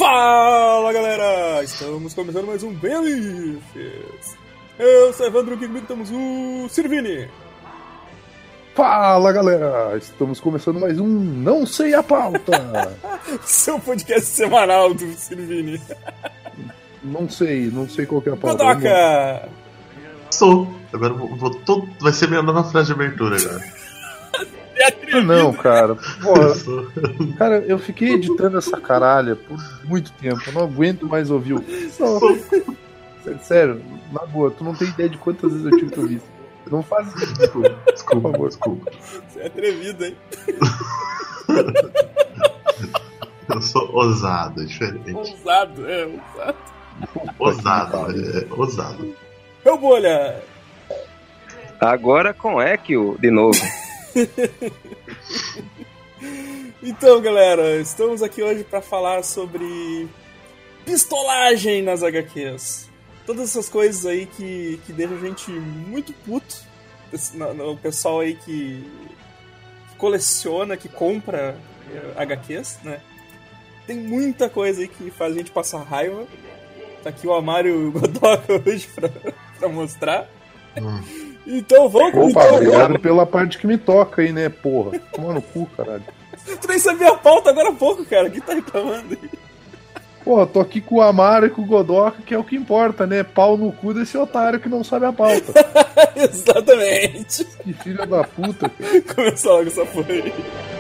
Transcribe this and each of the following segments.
Fala galera, estamos começando mais um Beliefs. Eu sou Evandro, aqui comigo temos o Sirvini. Fala galera, estamos começando mais um Não Sei a Pauta. Seu podcast semanal do Sirvini. Não sei qual que é a pauta. Godoka. Sou, agora vai ser minha nova frase de abertura agora. Não, cara. Porra. Cara, eu fiquei editando essa caralha por muito tempo. Eu não aguento mais ouvir o. Sério, na boa, tu não tem ideia de quantas vezes eu tive que ouvir isso. Não faz isso. Desculpa. Você é atrevido, hein? Eu sou ousado, é diferente. Ousado. Ousado. Meu bolha! Agora com Ekio de novo. Então, galera, estamos aqui hoje para falar sobre pistolagem nas HQs. Todas essas coisas aí que deixam a gente muito puto. O pessoal aí que coleciona, que compra HQs, né? Tem muita coisa aí que faz a gente passar raiva. Tá aqui o Amário e o Godoka hoje pra mostrar. Então vamos. Opa, obrigado pela parte que me toca aí, né, porra. Toma no cu, caralho. Tu nem sabia a pauta agora há pouco, cara. Quem tá reclamando aí? Porra, tô aqui com o Amário e com o Godoka, que é o que importa, né? Pau no cu desse otário que não sabe a pauta. Exatamente. Que filho da puta, cara. Começar logo essa porra aí.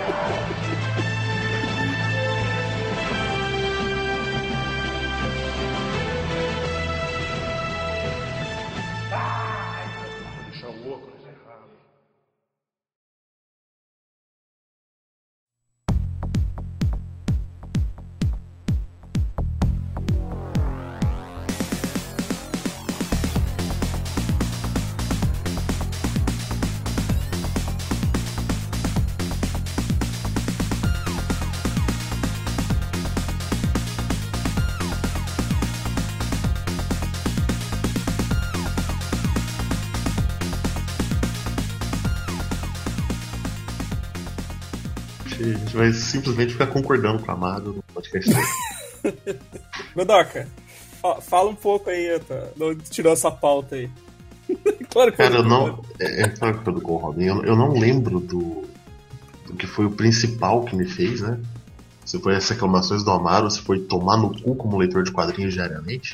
A gente vai simplesmente ficar concordando com a Amado no podcast. Godoka, fala um pouco aí, de onde tirou essa pauta aí. Claro que cara, eu não. Claro que eu tô com o Robin. Eu não lembro do que foi o principal que me fez, né? Se foi as reclamações do Amaro, se foi tomar no cu como leitor de quadrinhos diariamente.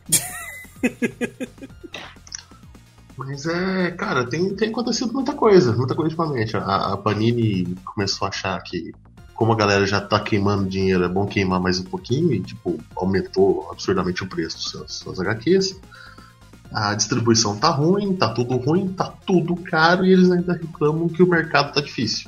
Mas cara, tem acontecido muita coisa ultimamente. A Panini começou a achar que, como a galera já tá queimando dinheiro, é bom queimar mais um pouquinho e, tipo, aumentou absurdamente o preço dos seus HQs. A distribuição tá ruim, tá tudo caro e eles ainda reclamam que o mercado tá difícil.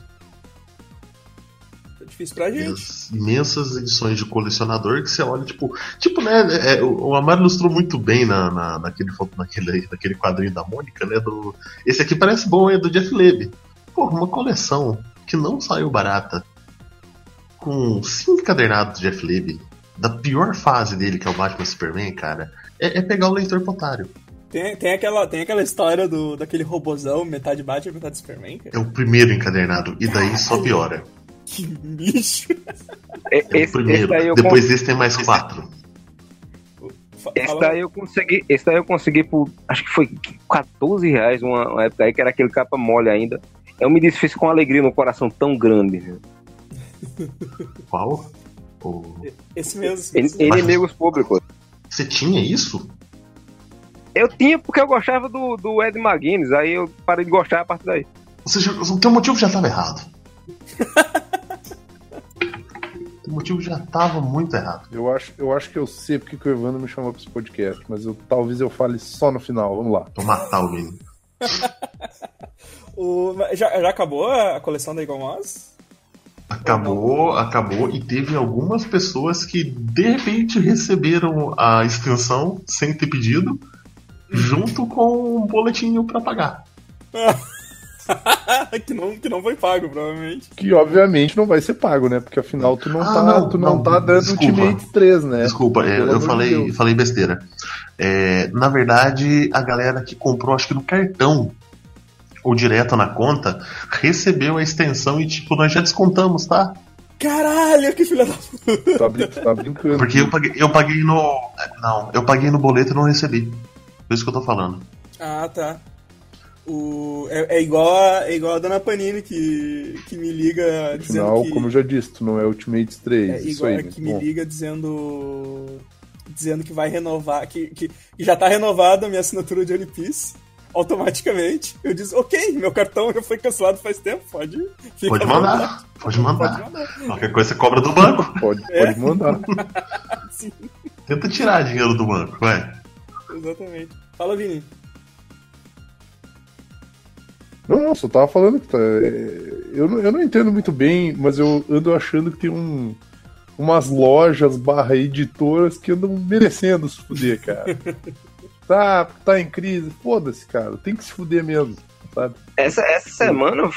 Tá difícil pra gente. As imensas edições de colecionador que você olha, tipo, né? O Amaro ilustrou muito bem naquele quadrinho da Mônica, né? Esse aqui parece bom, é do Jeff Lemire. Porra, uma coleção que não saiu barata, com 5 encadernados do Jeff Lemire, da pior fase dele, que é o Batman Superman, cara, é pegar o leitor pro otário. Tem aquela história daquele robozão, metade Batman, metade Superman, cara. É o primeiro encadernado, e daí só piora. Que bicho! É o primeiro. Depois desse tem mais 4. Esse daí eu consegui por, acho que foi R$14 uma época aí, que era aquele capa mole ainda. Eu me desfiz com alegria no coração tão grande, viu? Qual? Esse mesmo. Inimigos Públicos. Você tinha isso? Eu tinha porque eu gostava do Ed McGuinness, aí eu parei de gostar a partir daí. O teu motivo já estava errado. O motivo já estava muito errado. Eu acho que eu sei porque que o Evandro me chamou pra esse podcast, mas talvez eu fale só no final. Vamos lá. Vou matar alguém. Já acabou a coleção da Eagle Moss? Acabou e teve algumas pessoas que de repente receberam a extensão sem ter pedido, junto com um boletinho pra pagar. que não foi pago, provavelmente. Que obviamente não vai ser pago, né? Porque afinal tu não tá dando desculpa, Ultimate 3, né? Desculpa, eu falei besteira. Na verdade, a galera que comprou, acho que no cartão ou direto na conta, recebeu a extensão e tipo, nós já descontamos, tá? Caralho, que filha da puta. Tá brincando. Porque eu paguei no. Não, eu paguei no boleto e não recebi. Por isso que eu tô falando. Ah, tá. É igual a Dona Panini que me liga dizendo Afinal, que... como eu já disse, tu não é Ultimate 3. É isso igual aí, a que né? me liga dizendo que vai renovar, que já tá renovada a minha assinatura de One Piece automaticamente. Eu disse, ok, meu cartão já foi cancelado faz tempo, pode mandar. Qualquer coisa você cobra do banco. Pode mandar. Sim, Tenta tirar dinheiro do banco, vai. exatamente. Fala, Vini. Não, só tava falando que eu não entendo muito bem, mas eu ando achando que tem umas lojas / editoras que andam merecendo se fuder, cara. Tá em crise, foda-se, cara. Tem que se fuder mesmo, sabe? Essa semana,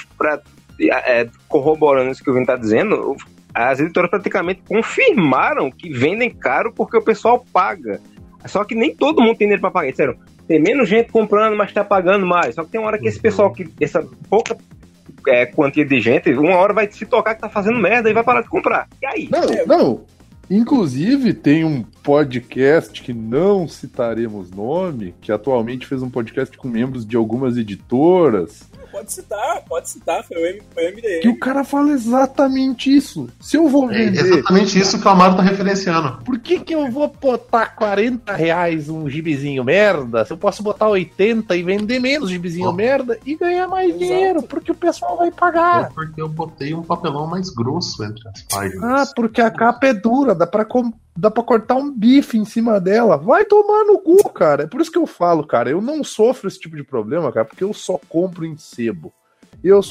corroborando isso que o Vini tá dizendo, as editoras praticamente confirmaram que vendem caro porque o pessoal paga. Só que nem todo mundo tem dinheiro pra pagar, sério. Tem menos gente comprando, mas tá pagando mais. Só que tem uma hora que esse pessoal, essa pouca quantia de gente, uma hora vai se tocar que tá fazendo merda e vai parar de comprar. E aí? Não. Inclusive, tem um podcast que não citaremos nome, que atualmente fez um podcast com membros de algumas editoras. Pode citar, foi o MDM. Que o cara fala exatamente isso. Se eu vou vender... É exatamente isso que o Amaro tá referenciando. Por que eu vou botar R$40 um gibizinho merda se eu posso botar 80 e vender menos gibizinho merda e ganhar mais dinheiro? Porque o pessoal vai pagar. Porque eu botei um papelão mais grosso entre as páginas. Porque a capa é dura, dá pra cortar um bife em cima dela. Vai tomar no cu, cara. É por isso que eu falo, cara, eu não sofro esse tipo de problema, cara, porque eu só compro em sebo. Eu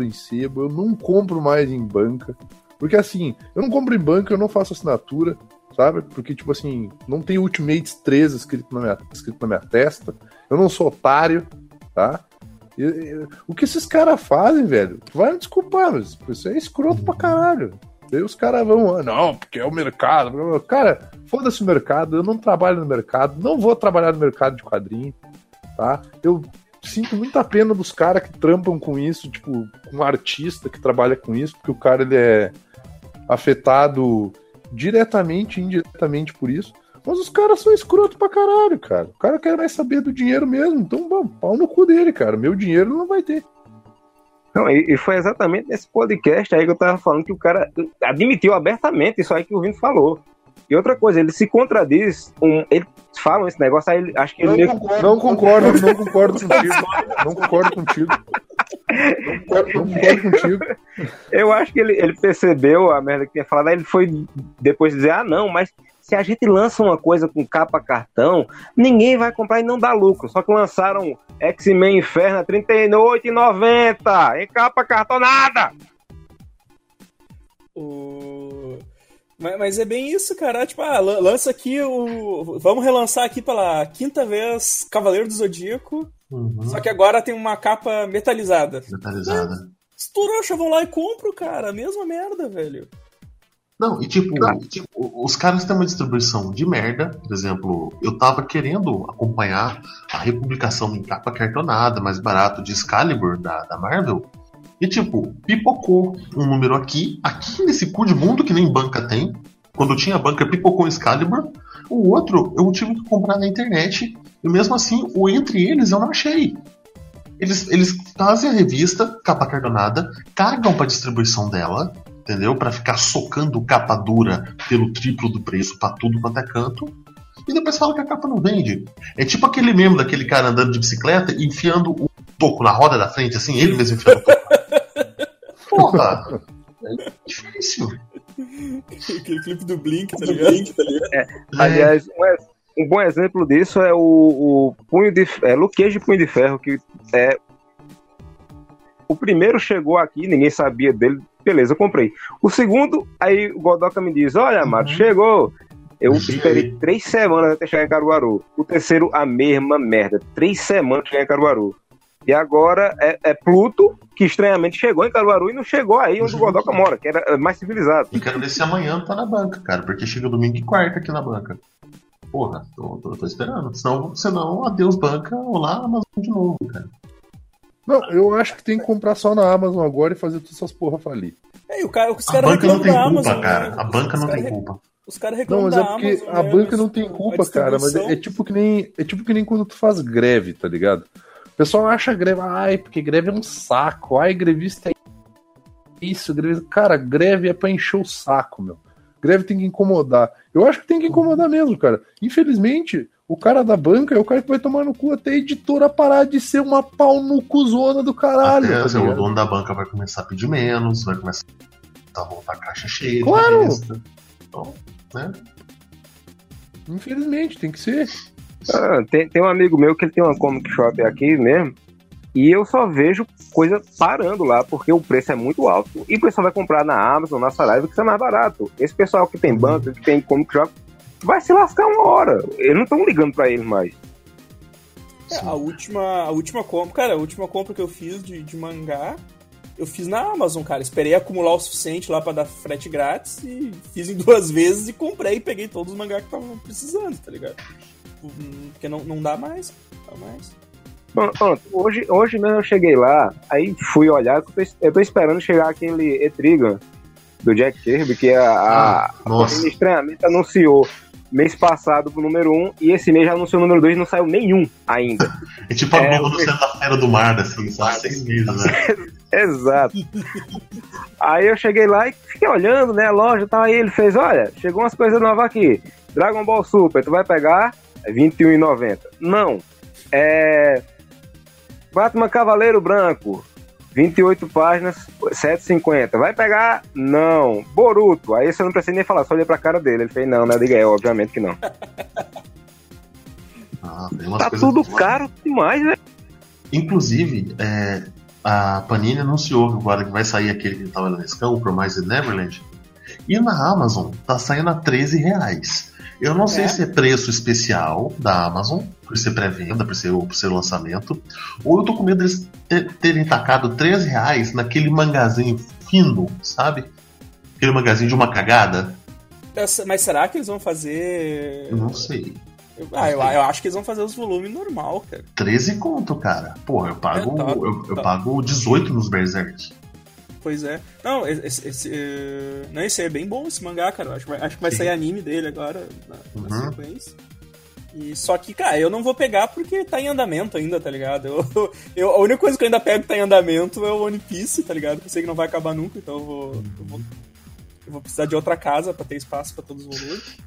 não compro mais em banca. Porque assim, eu não compro em banca, eu não faço assinatura, sabe? Porque, tipo assim, não tem Ultimates 3 escrito na minha testa. Eu não sou otário, tá? O que esses caras fazem, velho? Vai me desculpar, mas isso é escroto pra caralho. Daí os caras vão, não, porque é o mercado. Cara, foda-se o mercado, eu não trabalho no mercado, não vou trabalhar no mercado de quadrinho, tá? Eu sinto muita pena dos caras que trampam com isso, tipo, um artista que trabalha com isso, porque o cara ele é afetado diretamente e indiretamente por isso. Mas os caras são escrotos pra caralho, cara. O cara quer mais saber do dinheiro mesmo, então, bom, pau no cu dele, cara. Meu dinheiro não vai ter. Não, e foi exatamente nesse podcast aí que eu tava falando que o cara admitiu abertamente isso aí que o Vini falou. E outra coisa, ele se contradiz, eles falam esse negócio aí, acho que ele... Não concordo contigo. Eu acho que ele percebeu a merda que tinha falado, aí ele foi depois dizer, não, mas se a gente lança uma coisa com capa cartão, ninguém vai comprar e não dá lucro. Só que lançaram X-Men Inferno a R$38,90 em capa cartonada. Mas é bem isso, cara. Tipo, lança aqui vamos relançar aqui pela 5ª vez Cavaleiro do Zodíaco. Só que agora tem uma capa metalizada. Os trouxas vão lá e compram, cara. A mesma merda, velho. Não, e tipo, os caras têm uma distribuição de merda. Por exemplo, eu tava querendo acompanhar a republicação em capa cartonada, mais barato, de Excalibur da Marvel. E tipo, pipocou um número aqui nesse cu de mundo que nem banca tem. Quando tinha banca, pipocou um Excalibur. O outro eu tive que comprar na internet. E mesmo assim, o entre eles eu não achei. Eles fazem a revista, capa cartonada, cagam pra distribuição dela, entendeu? Pra ficar socando capa dura pelo triplo do preço pra tudo quanto é canto. E depois fala que a capa não vende. É tipo aquele meme daquele cara andando de bicicleta e enfiando o toco na roda da frente, assim, ele mesmo enfiando o toco. Porra! É difícil. Aquele clipe do Blink, tá ligado? Aliás, um bom exemplo disso é o punho de Luke Cage Punho de Ferro, que é o primeiro chegou aqui, ninguém sabia dele, beleza, eu comprei. O segundo, aí o Godoka me diz, olha, Amado, chegou. Eu esperei 3 semanas até chegar em Caruaru. O terceiro, a mesma merda. 3 semanas até chegar em Caruaru. E agora é Pluto, que estranhamente chegou em Caruaru e não chegou aí onde o Godoka mora, que era mais civilizado. E quero ver se amanhã tá na banca, cara, porque chega domingo e quarta aqui na banca. Porra, tô esperando. Senão, adeus banca, olá Amazon de novo, cara. Não, eu acho que tem que comprar só na Amazon agora e fazer todas essas porra falir. Os A caras banca não reclamam tem da culpa, Amazon, cara. né? A banca não Os tem caras culpa. Os caras Não, reclamam mas da é porque Amazon, a né? banca não tem culpa, cara. Mas distribuição. é tipo que nem quando tu faz greve, tá ligado? O pessoal acha greve, ai, porque greve é um saco. Ai, grevista é isso, greve. Cara, greve é pra encher o saco, meu. Greve tem que incomodar. Eu acho que tem que incomodar mesmo, cara. Infelizmente, o cara da banca é o cara que vai tomar no cu até a editora parar de ser uma pau no cuzona do caralho. Até tá assim, o ligado? dono da banca vai começar a pedir menos, vai começar a voltar a caixa cheia. Claro! De revista. Então, né? Infelizmente, tem que ser. Tem um amigo meu que ele tem uma comic shop aqui mesmo, e eu só vejo coisa parando lá, porque o preço é muito alto, e o pessoal vai comprar na Amazon, na Saraiva, que isso é mais barato. Esse pessoal que tem banca, que tem comic shop, vai se lascar uma hora. Eles não estão ligando pra eles mais. A última compra, cara, a última compra que eu fiz de mangá, eu fiz na Amazon, cara. Esperei acumular o suficiente lá pra dar frete grátis e fiz em 2 vezes e comprei e peguei todos os mangá que estavam precisando, tá ligado? Porque não dá mais, não dá mais. Pronto, hoje mesmo eu cheguei lá, aí fui olhar, eu tô esperando chegar aquele Etrigan do Jack Kirby, que a estranhamente anunciou mês passado pro número 1, e esse mês já anunciou o número 2 e não saiu nenhum ainda. É tipo a Globo no centro da Feira do Mar, assim, só 6 meses, né? Exato. Aí eu cheguei lá e fiquei olhando, né, a loja e tal, aí ele fez, olha, chegou umas coisas novas aqui, Dragon Ball Super, tu vai pegar R$21,90. Não. Batman Cavaleiro Branco, 28 páginas, R$7,50. Vai pegar? Não. Boruto. Aí você não precisa nem falar, só olhei pra cara dele. Ele fez, não, né? Diga, obviamente que não. Tá tudo caro demais, velho. Inclusive, a Panini anunciou agora que vai sair aquele que tava na Nescau, o Promised Neverland. E na Amazon tá saindo a R$13. Eu não sei se é preço especial da Amazon, por ser pré-venda, por ser lançamento, ou eu tô com medo deles terem tacado R$13 naquele mangazinho fino, sabe? Aquele mangazinho de uma cagada. Mas será que eles vão fazer... Eu não sei. Eu acho que eles vão fazer os volumes normal, cara. 13 conto, cara. Porra, eu pago 18 nos Berserk. Pois é. Não, esse é bem bom esse mangá, cara. Acho que vai sair anime dele agora na sequência. E, só que, cara, eu não vou pegar porque tá em andamento ainda, tá ligado? A única coisa que eu ainda pego que tá em andamento é o One Piece, tá ligado? Eu sei que não vai acabar nunca, então eu vou precisar de outra casa pra ter espaço pra todos os volumes.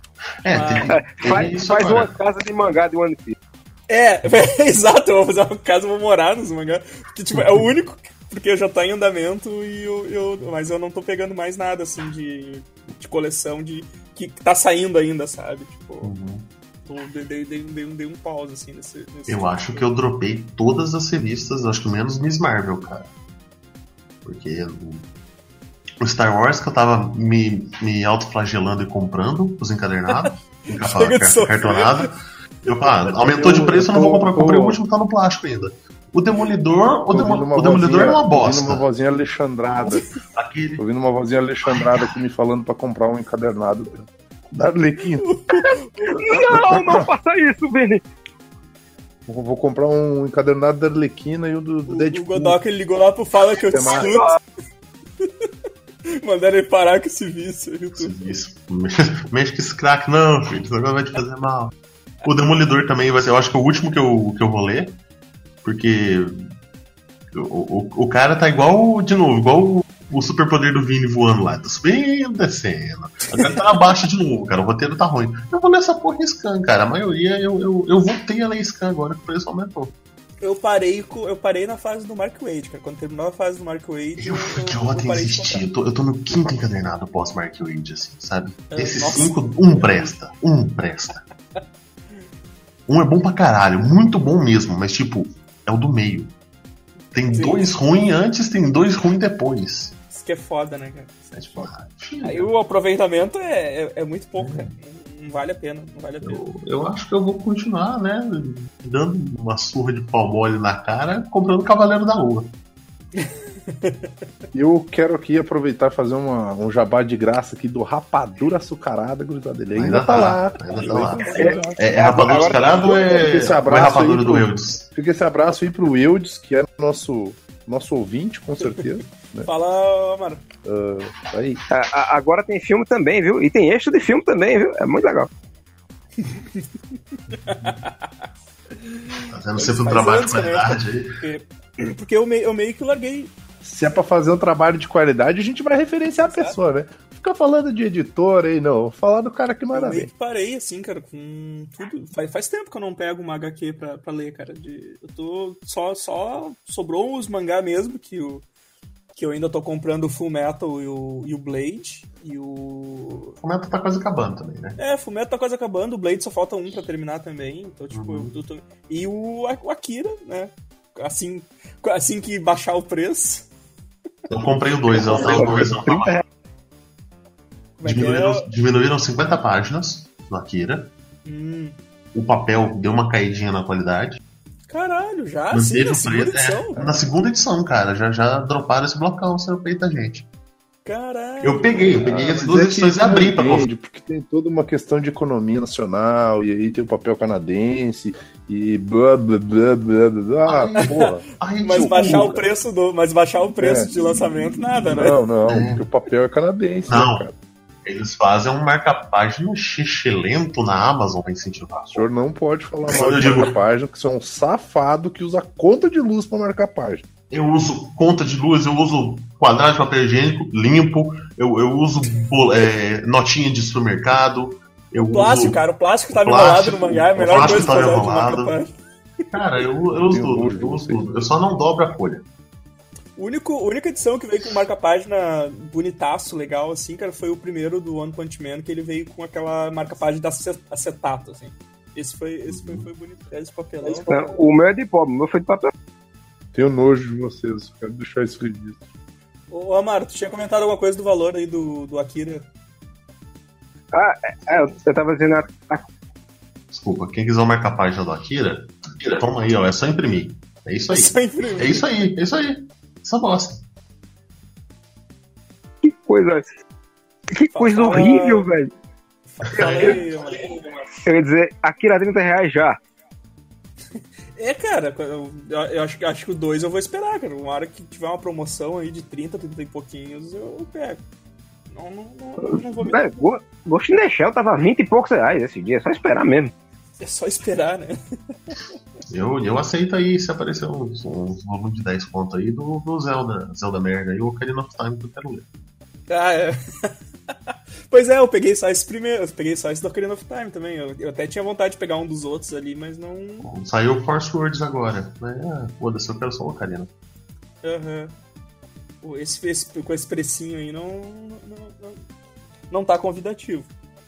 Faz uma casa de mangá de One Piece. Exato, eu vou fazer uma casa, eu vou morar nos mangás. Porque, tipo, é o único... Porque já tá em andamento, mas eu não tô pegando mais nada, assim, de coleção que tá saindo ainda, sabe? Tipo, dei um pause, assim, nesse eu acho que eu dropei todas as revistas, acho que menos Miss Marvel, cara. Porque o Star Wars que eu tava me autoflagelando e comprando, os encadernados, cartonado. Aumentou de preço, eu não vou comprar. Comprei o último, tá no plástico ainda. O Demolidor. O Demolidor é uma bosta. Ouvindo uma vozinha alexandrada. Ouvindo uma vozinha alexandrada aqui me falando pra comprar um encadernado da Arlequina. Não faça isso, Vini. Vou comprar um encadernado da Arlequina e o do Deadpool. O Godok, ele ligou lá pro Fala que eu te escuto. Mandaram ele parar com esse vício. Mexe com esse crack, não, filho. Isso agora vai te fazer mal. O Demolidor também vai ser, eu acho que é o último que eu vou ler. Porque o cara tá igual o superpoder do Vini voando lá. Tá subindo, descendo. Agora tá abaixo de novo, cara. O roteiro tá ruim. Eu vou ler essa porra em scan, cara. A maioria eu voltei a ler scan agora que o preço aumentou. Eu parei na fase do Mark Waid, cara. Quando terminou a fase do Mark Waid, eu parei de comprar. Eu tô no 5º encadernado pós Mark Waid, assim, sabe? Esses 5, um presta. Um é bom pra caralho, muito bom mesmo, mas tipo, é o do meio. Tem 2 ruins antes, tem 2 ruins depois. Isso que é foda, né, cara? Aí o aproveitamento é muito pouco, cara. Não vale a pena, Eu acho que eu vou continuar, né, dando uma surra de pau mole na cara, comprando Cavaleiro da Lua. Eu quero aqui aproveitar e fazer um jabá de graça aqui do Rapadura Açucarada, gurizada. Ele ainda tá lá. É Rapadura Açucarada ou é Rapadura do Eudes? Fica esse abraço aí pro Eudes, que é nosso ouvinte, com certeza. Né? Fala, Amaro. Aí. Agora tem filme também, viu? E tem extra de filme também, viu? É muito legal. Fazendo sempre um trabalho de qualidade aí. Porque eu meio que larguei. Se é pra fazer um trabalho de qualidade, a gente vai referenciar a pessoa, né? Ficar falando de editor aí, não. Vou falar do cara que manda Eu meio bem. que parei, assim, cara, com tudo. Faz tempo que eu não pego uma HQ pra ler, cara. Eu tô. Só sobrou os mangá mesmo, que eu ainda tô comprando o Full Metal e o Blade. E o. O Fullmetal tá quase acabando também, né? Full Metal tá quase acabando, o Blade só falta um pra terminar também. Então, tipo, eu tô. E o Akira, né? Assim que baixar o preço. Eu comprei o 2, eu tenho o 2. Diminuíram 50 páginas no Akira. O papel deu uma caidinha na qualidade. Caralho, já? Manteve Na o segunda preço. edição? Na segunda edição, cara. Já droparam esse blocão, seu peito da gente. Caralho. Eu peguei as duas edições e abri pra conferir. Porque tem toda uma questão de economia nacional, e aí tem o papel canadense, e blá blá blá blá blá. Porra. Mas baixar o preço de lançamento, nada, né? Não, porque o papel é canadense, não. Né, cara? Eles fazem um marca-página xixelento na Amazon pra incentivar. O senhor não pode falar mal de marca-página, porque você é um safado que usa conta de luz pra marcar página. Eu uso conta de luz, eu uso quadrado de papel higiênico limpo, eu uso notinha de supermercado. O plástico que tava enrolado no mangá é a melhor coisa que fazer de marca-página. Cara, eu uso tudo. Eu só não dobro a folha. A única edição que veio com marca-página bonitaço, legal, assim, cara, foi o primeiro do One Punch Man, que ele veio com aquela marca-página da acetato, assim. Esse foi bonito. Esse papelão. O meu é de pobre, o meu foi de papel. Tenho nojo de vocês, quero deixar isso registro. Ô, Amaro, tu tinha comentado alguma coisa do valor aí do Akira? Eu tava dizendo... Desculpa, quem quiser marcar a página do Akira, toma aí, ó, é só imprimir. É isso aí. É isso aí. Essa bosta. Que coisa horrível, velho. Eu ia dizer, Akira R$30 já. Cara, eu acho que o 2 eu vou esperar, cara. Uma hora que tiver uma promoção aí de 30 e pouquinhos, eu pego. Não vou me... Ghost in the Shell tava 20 e poucos reais esse dia, é só esperar mesmo. É só esperar, né? Eu aceito aí se aparecer uns volumes de 10 conto aí do Zelda merda e o Ocarina of Time que eu quero ler. Pois eu peguei só esse primeiro, peguei só esse do Ocarina of Time também. Eu até tinha vontade de pegar um dos outros ali, mas não. Saiu o Force Words agora. Foda-se, eu quero só o Ocarina. Com esse precinho aí não tá convidativo.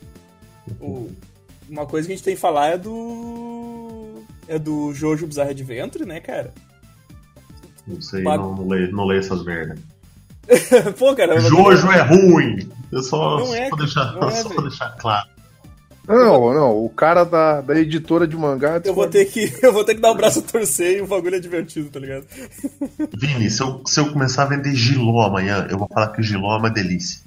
Uma coisa que a gente tem que falar é do Jojo Bizarre Adventure, né, cara? Não sei, não leio essas merdas. Pô, cara, Jojo é ruim! Eu só vou deixar claro. Não, o cara da editora de mangá... Eu vou ter que dar o braço a torcer e o bagulho é divertido, tá ligado? Vini, se eu começar a vender giló amanhã, eu vou falar que o giló é uma delícia.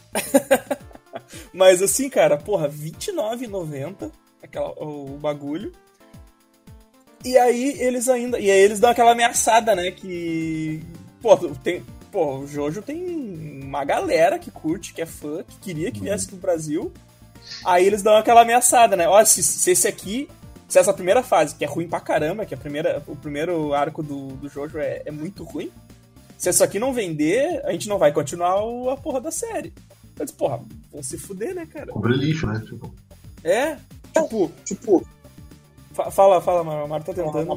Mas assim, cara, porra, R$29,90 o bagulho. E aí eles dão aquela ameaçada, né? Que. O Jojo tem uma galera que curte, que é fã, que queria que viesse pro Brasil. Aí eles dão aquela ameaçada, né? Ó, se essa primeira fase, que é ruim pra caramba, que o primeiro arco do Jojo é muito ruim. Se isso aqui não vender, a gente não vai continuar a porra da série. Eu disse, porra, vão se fuder, né, cara? Cobrir lixo, né? Tipo. Fala, o Mário tá tentando.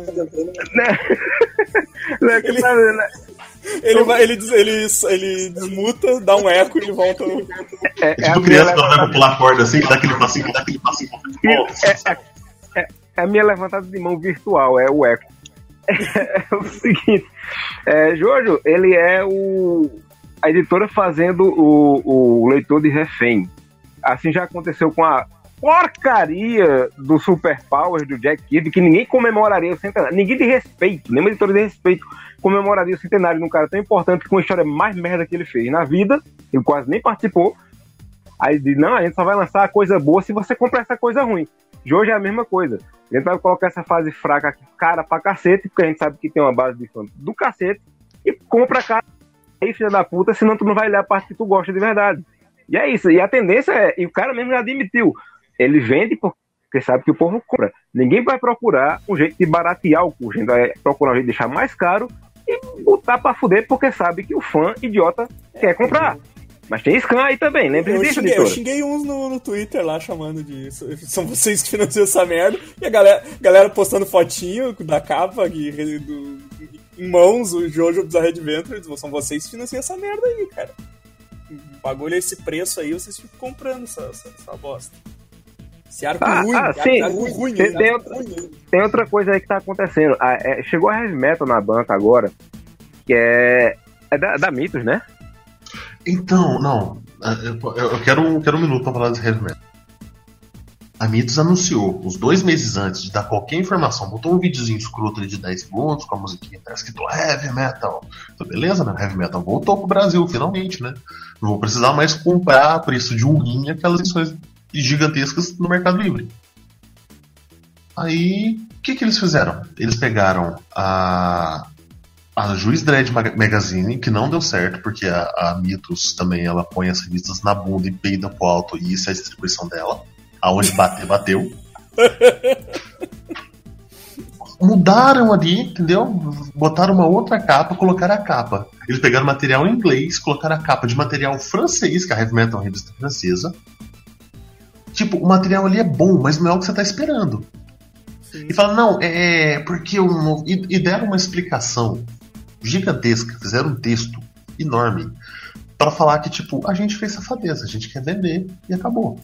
Ele desmuta, dá um eco e volta. Tipo criança quando vai pra pular a corda assim, que dá aquele passinho. É a minha levantada de mão virtual, é o eco. É o seguinte, Jojo, ele é a editora fazendo o leitor de refém. Assim já aconteceu com a porcaria do Super Powers do Jack Kirby, que ninguém comemoraria o centenário. Ninguém de respeito, nenhuma editora de respeito comemoraria o centenário de um cara tão importante com a história mais merda que ele fez na vida. Ele quase nem participou. Aí diz, não, a gente só vai lançar a coisa boa se você comprar essa coisa ruim. Jojo é a mesma coisa. A gente vai colocar essa fase fraca aqui, cara pra cacete, porque a gente sabe que tem uma base de fã do cacete, e compra cara aí, filha da puta, senão tu não vai ler a parte que tu gosta de verdade. E é isso. E a tendência é, e o cara mesmo já admitiu, ele vende porque sabe que o povo compra. Ninguém vai procurar um jeito de baratear o custo, vai procurar um jeito de deixar mais caro e botar pra fuder porque sabe que o fã idiota quer comprar. Mas tem scan aí também, lembre disso, eu xinguei uns no Twitter lá chamando de são vocês que financiam essa merda, e a galera postando fotinho da capa em mãos, o Jojo Bizarre Adventure, são vocês que financiam essa merda aí, cara. O bagulho é esse preço aí, vocês ficam comprando essa bosta. Esse arco ruim, sim. Arco ruim. Tem outra coisa aí que tá acontecendo. Chegou a Heavy Metal na banca agora, que é da Mitos, né? Então, não. Eu quero um minuto pra falar desse Heavy Metal. A Mitos anunciou, uns 2 meses antes de dar qualquer informação, botou um videozinho escroto ali de 10 segundos com a musiquinha tá escrito Heavy Metal. Então, beleza, né? Heavy Metal voltou pro Brasil, finalmente, né? Não vou precisar mais comprar a preço de um rim aquelas edições gigantescas no Mercado Livre. Aí, o que eles fizeram? Eles pegaram a Juiz Dredd Magazine, que não deu certo, porque a Mitos também, ela põe as revistas na bunda e peida pro alto, e isso é a distribuição dela. Aonde bater, bateu. Mudaram ali, entendeu? Botaram uma outra capa, colocaram a capa. Eles pegaram material em inglês, colocaram a capa de material francês, que a Heavy Metal é uma revista francesa. Tipo, o material ali é bom, mas não é o que você tá esperando. Sim. E fala, não, porque e deram uma explicação gigantesca, fizeram um texto enorme pra falar que, tipo, a gente fez safadeza, a gente quer vender e acabou.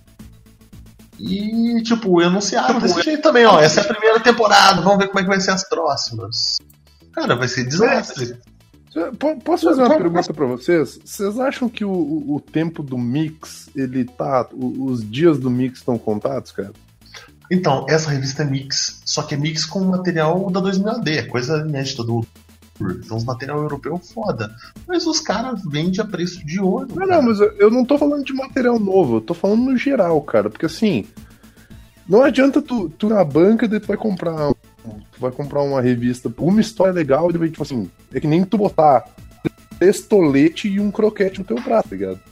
E, tipo, anunciaram desse jeito também, ó, essa é a primeira temporada, vamos ver como é que vai ser as próximas. Cara, vai ser desastre. Posso fazer uma pergunta pra vocês? Vocês acham que o tempo do mix, ele tá... Os dias do mix estão contados, cara? Então, essa revista é mix, só que é mix com material da 2000 AD, é coisa inédita do... Então, os material europeu foda. Mas os caras vendem a preço de ouro. Não, mas eu não tô falando de material novo, eu tô falando no geral, cara. Porque assim, não adianta tu na banca e tu vai comprar uma revista, uma história legal, e tipo assim, é que nem tu botar pistolete e um croquete no teu prato, tá ligado?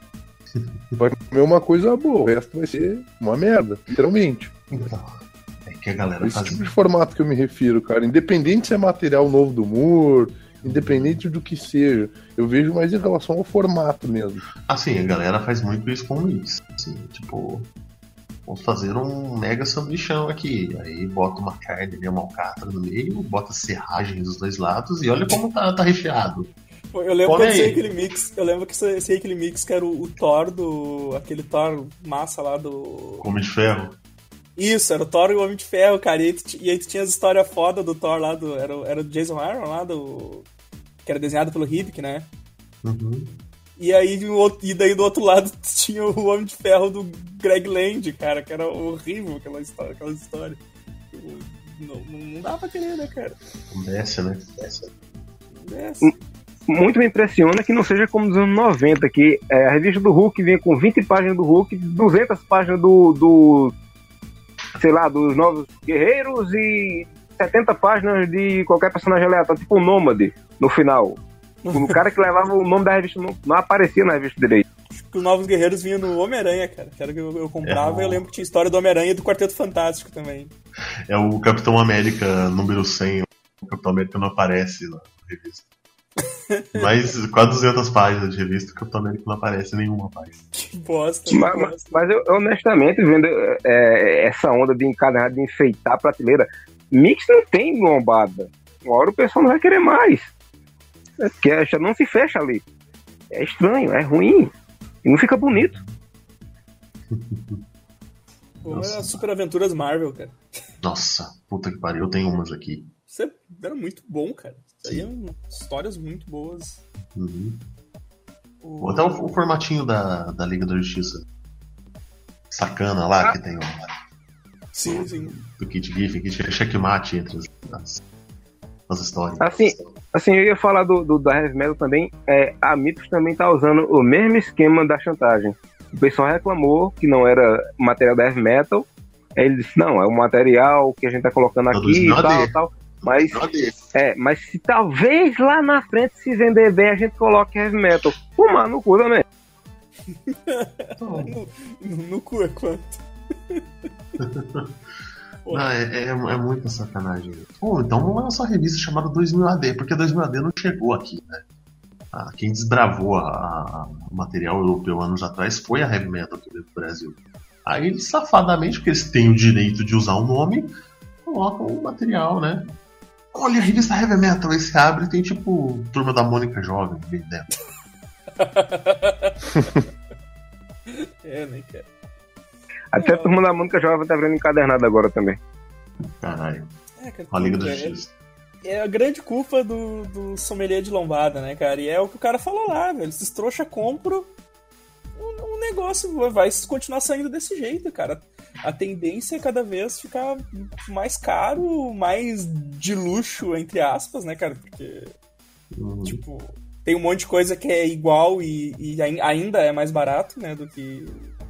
Vai comer uma coisa boa, o resto vai ser uma merda, literalmente. Então, que a galera esse tipo de formato que eu me refiro, cara, independente se é material novo do Moore, independente do que seja, eu vejo mais em relação ao formato mesmo. Assim, a galera faz muito isso com o mix, assim, tipo, vamos fazer um mega sanduichão aqui, aí bota uma carne ali, uma alcatra no meio, bota serragem dos dois lados e olha como tá recheado. Eu lembro que eu sei aquele mix, aquele mix que era o Thor aquele Thor massa lá do... Homem de Ferro. Isso, era o Thor e o Homem de Ferro, cara. E aí tu tinha as histórias foda do Thor lá, era o Jason Aaron lá, que era desenhado pelo Hibik, né? Uhum. E daí do outro lado tinha o Homem de Ferro do Greg Land, cara, que era horrível aquela história. Não dá pra querer, né, cara? Desce, né? Desce. Muito me impressiona que não seja como nos anos 90, que a revista do Hulk vinha com 20 páginas do Hulk, 200 páginas do sei lá, dos Novos Guerreiros e 70 páginas de qualquer personagem aleatório, tipo o Nômade, no final. O cara que levava o nome da revista não aparecia na revista direito. Acho que os Novos Guerreiros vinham no Homem-Aranha, cara. Que era que eu comprava e eu lembro que tinha história do Homem-Aranha e do Quarteto Fantástico também. É o Capitão América número 100. O Capitão América não aparece na revista. Mas quase 200 páginas de revista, o Capitão América não aparece em nenhuma página. Que bosta. Mas eu honestamente, vendo essa onda de encadernado, de enfeitar a prateleira, mix não tem lombada. Uma hora o pessoal não vai querer mais. Porque não se fecha ali. É estranho, é ruim. E não fica bonito. Pô, era Super Aventuras Marvel, cara. Nossa, puta que pariu, eu tenho umas aqui. Isso era muito bom, cara. Isso aí eram histórias muito boas. Uhum. Até o formatinho da Liga da Justiça. Sacana lá, que tem o... Sim. Do Kit Giffen, que tinha checkmate entre as histórias. Assim, eu ia falar da Heavy Metal também. A Mitos também tá usando o mesmo esquema da chantagem. O pessoal reclamou que não era material da Heavy Metal. Aí ele disse, não, é um material que a gente tá colocando aqui e tal. Mas, mas se talvez lá na frente, se vender bem, a gente coloque heavy metal. Fumar no cu também. no cu é quanto? Não, é muita sacanagem. Pô, então vamos lançar uma revista chamada 2000 AD, porque 2000 AD não chegou aqui, né? Quem desbravou o material europeu anos atrás foi a Heavy Metal que veio pro Brasil. Aí eles, safadamente, porque eles têm o direito de usar o nome, colocam o material, né? Olha, a revista Heavy Metal, aí você abre e tem tipo Turma da Mônica Jovem dentro. Né, cara? Até a Turma da Mônica Jovem tá virando encadernado agora também. Caralho. Cara, a Liga da Justiça. É a grande culpa do sommelier de lombada, né, cara? E é o que o cara falou lá, velho. Esses trouxa compram o negócio, vai continuar saindo desse jeito, cara. A tendência é cada vez ficar mais caro, mais de luxo, entre aspas, né, cara? Porque, tipo, tem um monte de coisa que é igual e ainda é mais barato, né, do que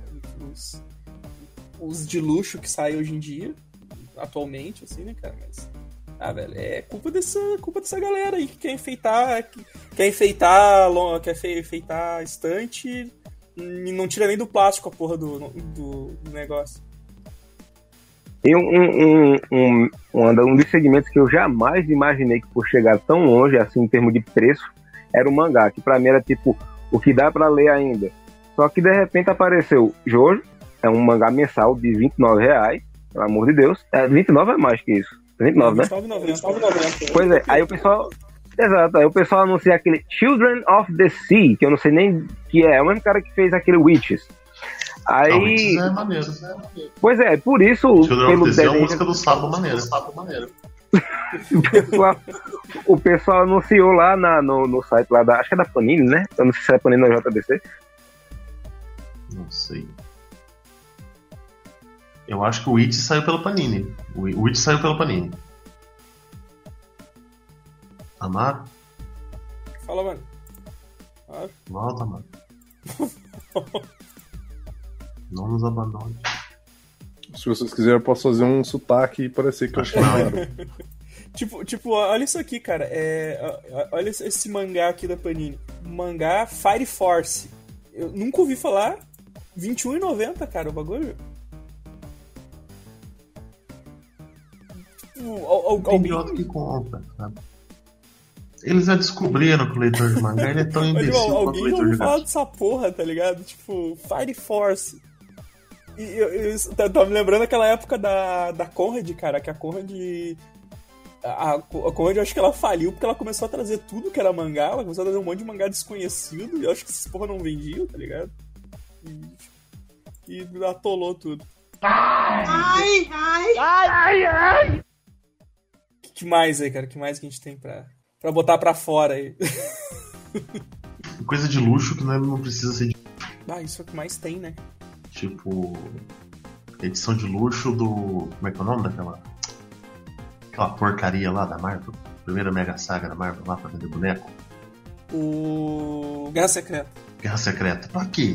os de luxo que saem hoje em dia, atualmente, assim, né, cara? Mas, velho, é culpa dessa galera aí que quer enfeitar a estante e não tira nem do plástico a porra do negócio. Tem um dos segmentos que eu jamais imaginei que fosse chegar tão longe, assim, em termos de preço, era o mangá, que pra mim era tipo o que dá pra ler ainda. Só que de repente apareceu Jojo, é um mangá mensal de R$29, pelo amor de Deus. 29 é mais que isso. 29, né? 29,90. Pois é, aí o pessoal. Exato, aí o pessoal anuncia aquele Children of the Sea, que eu não sei nem que é o mesmo cara que fez aquele Witches. Aí. Witches é maneiro. Pois é, por isso. Children of the Sea é uma música do Sábado maneiro. O pessoal anunciou lá no site lá acho que é da Panini, né? Eu não sei se é Panini ou JBC. Não sei. Eu acho que o It saiu pela Panini. O It saiu pela Panini. Amaro? Fala, mano. Volta, Amaro. Não nos abandone. Se vocês quiserem, eu posso fazer um sotaque e parecer que eu sou Amaro. Tipo, olha isso aqui, cara. Olha esse mangá aqui da Panini. Mangá Fire Force. Eu nunca ouvi falar. R$21,90, cara, o bagulho. Tem idiota que compra, sabe? Eles já descobriram que o leitor de mangá ele é tão imbecil quanto o alguém leitor ouviu de falar gato. dessa porra, tá ligado? Tipo, Fire Force. Tá me lembrando aquela época da Conrad, cara, que a Conrad... A Conrad, eu acho que ela faliu porque ela começou a trazer tudo que era mangá, ela começou a trazer um monte de mangá desconhecido, e eu acho que essas porra não vendiam, tá ligado? E atolou tudo. Ai! Que mais aí, cara? Que mais que a gente tem pra botar pra fora aí? Coisa de luxo que não precisa ser de... Isso é o que mais tem, né? Tipo... Edição de luxo do... Como é que é o nome daquela... Aquela porcaria lá da Marvel? Primeira mega saga da Marvel lá pra vender boneco? O... Guerra Secreta. Guerra Secreta. Pra quê?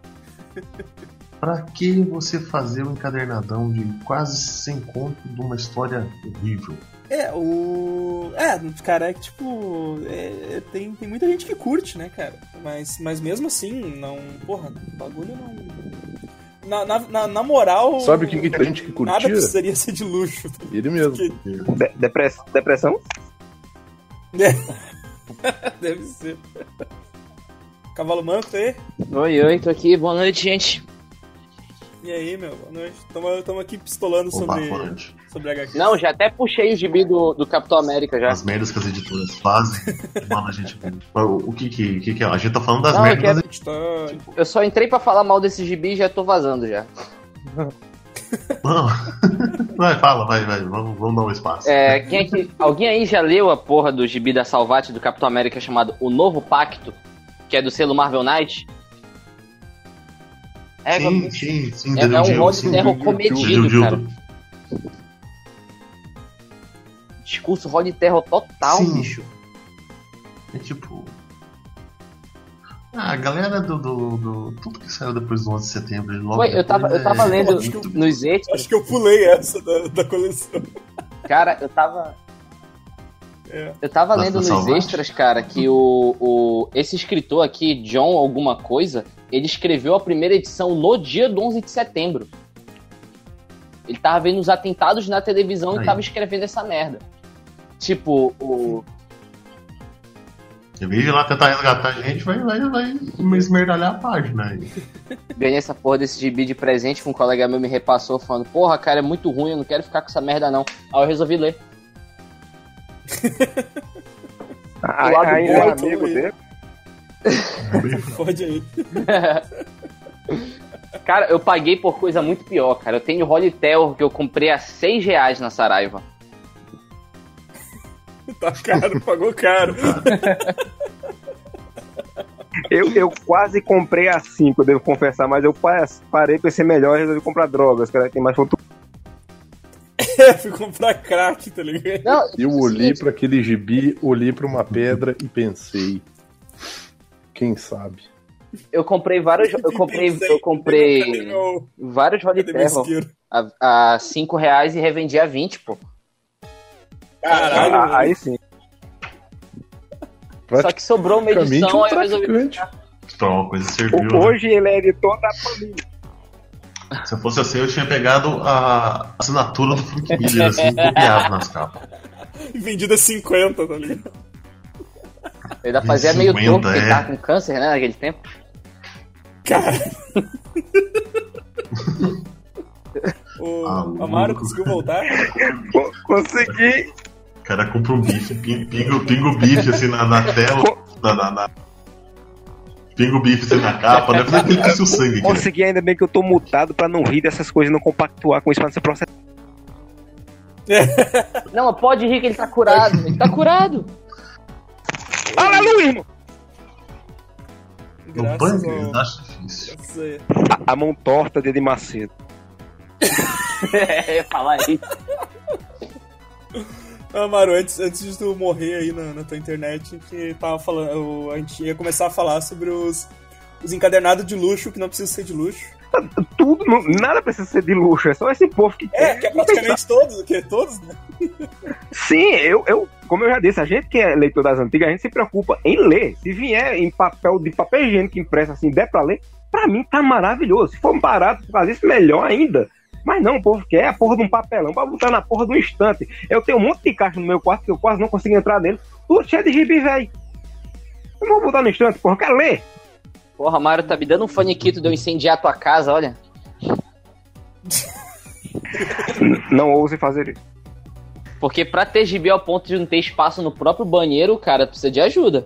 Pra que você fazer um encadernadão de quase 100 conto de uma história horrível? Cara, é que tipo... tem muita gente que curte, né, cara? Mas mesmo assim, não... Porra, o bagulho não... Na moral... Sabe o que tem gente que curtia? Nada precisaria ser de luxo. Ele mesmo. Porque... Depressão? Deve ser. Cavalo Manco, aí? Oi, tô aqui. Boa noite, gente. E aí, meu? Boa noite. Tamo aqui pistolando sobre HQ. Não, já até puxei o gibi do Capitão América já. As merdas que as editoras fazem, mano, a gente... O que é? A gente tá falando das Não, merdas... Eu só entrei pra falar mal desse gibi e já tô vazando já. Não. Vai, vamos dar um espaço. Alguém aí já leu a porra do gibi da Salvati do Capitão América chamado O Novo Pacto, que é do selo Marvel Knight? Sim. É um rol de terror comedido, cara. Discurso rol de terror total, sim. Bicho. É tipo... A galera do tudo que saiu depois do 11 de setembro... Logo eu tava lendo nos extras... Acho que eu pulei essa da coleção. Cara, eu tava Eu tava lendo nos extras, cara, que esse escritor aqui, John alguma coisa, ele escreveu a primeira edição no dia do 11 de setembro. Ele tava vendo os atentados na televisão e tava escrevendo essa merda. Tipo, Em vez de ir lá tentar resgatar a gente, vai esmerdalhar a página aí. Ganhei essa porra desse gibi de presente que um colega meu me repassou falando: porra, cara, é muito ruim, eu não quero ficar com essa merda não. Aí eu resolvi ler. Ainda é amigo dele? Pode aí. Cara, eu paguei por coisa muito pior, cara. Eu tenho Holy Terror que eu comprei a R$6 na Saraiva. Tá caro, pagou caro. Eu quase comprei a 5, eu devo confessar, mas eu parei pra ser melhor e resolvi comprar drogas, cara, tem mais futuro. Fui comprar crack, tá ligado? Não, Eu olhei pra aquele gibi, olhei pra uma pedra e pensei: quem sabe? eu comprei vários. Eu comprei vários Holy Terror a R$5 e revendi a 20, pô. Caralho, Aí sim. Só que sobrou uma edição, aí eu resolvi. Então, uma coisa serviu. Hoje ele é editor da família. Se eu fosse assim, eu tinha pegado a assinatura do Frank Miller, assim, copiado nas capas. Vendida 50, tá ligado? Eu ainda fazia meio 50, torto, porque ele tava com câncer, né, naquele tempo. Cara. O Amaro conseguiu voltar? Consegui. O cara compra um bife, pinga o bife assim na tela, pinga o bife assim na capa, né? Fazer aquele que o sangue aqui. Consegui, ainda bem que eu tô mutado pra não rir dessas coisas e não compactuar com isso pra não ser processo. Não, pode rir que ele tá curado. Ele tá curado. Aleluia, irmão! No banco, eu acho difícil. A mão torta de Macedo. Eu ia falar isso. Amaro, antes de tu morrer aí na tua internet, a gente ia começar a falar sobre os encadernados de luxo que não precisam ser de luxo. Tudo, nada precisa ser de luxo, é só esse povo que que é praticamente todos, né? Sim, como eu já disse, a gente que é leitor das antigas, a gente se preocupa em ler. Se vier em papel higiênico impresso assim, der pra ler, pra mim tá maravilhoso. Se for barato fazer isso, melhor ainda. Mas não, o povo quer a porra de um papelão pra botar na porra de um estante. Eu tenho um monte de caixa no meu quarto que eu quase não consigo entrar dentro. Tudo cheio de gibi, velho. Eu não vou botar no estante, porra, eu quero ler. Porra, Mário, tá me dando um faniquito de eu incendiar a tua casa, olha. Não ouse fazer isso. Porque pra ter gibi ao ponto de não ter espaço no próprio banheiro, cara, precisa de ajuda.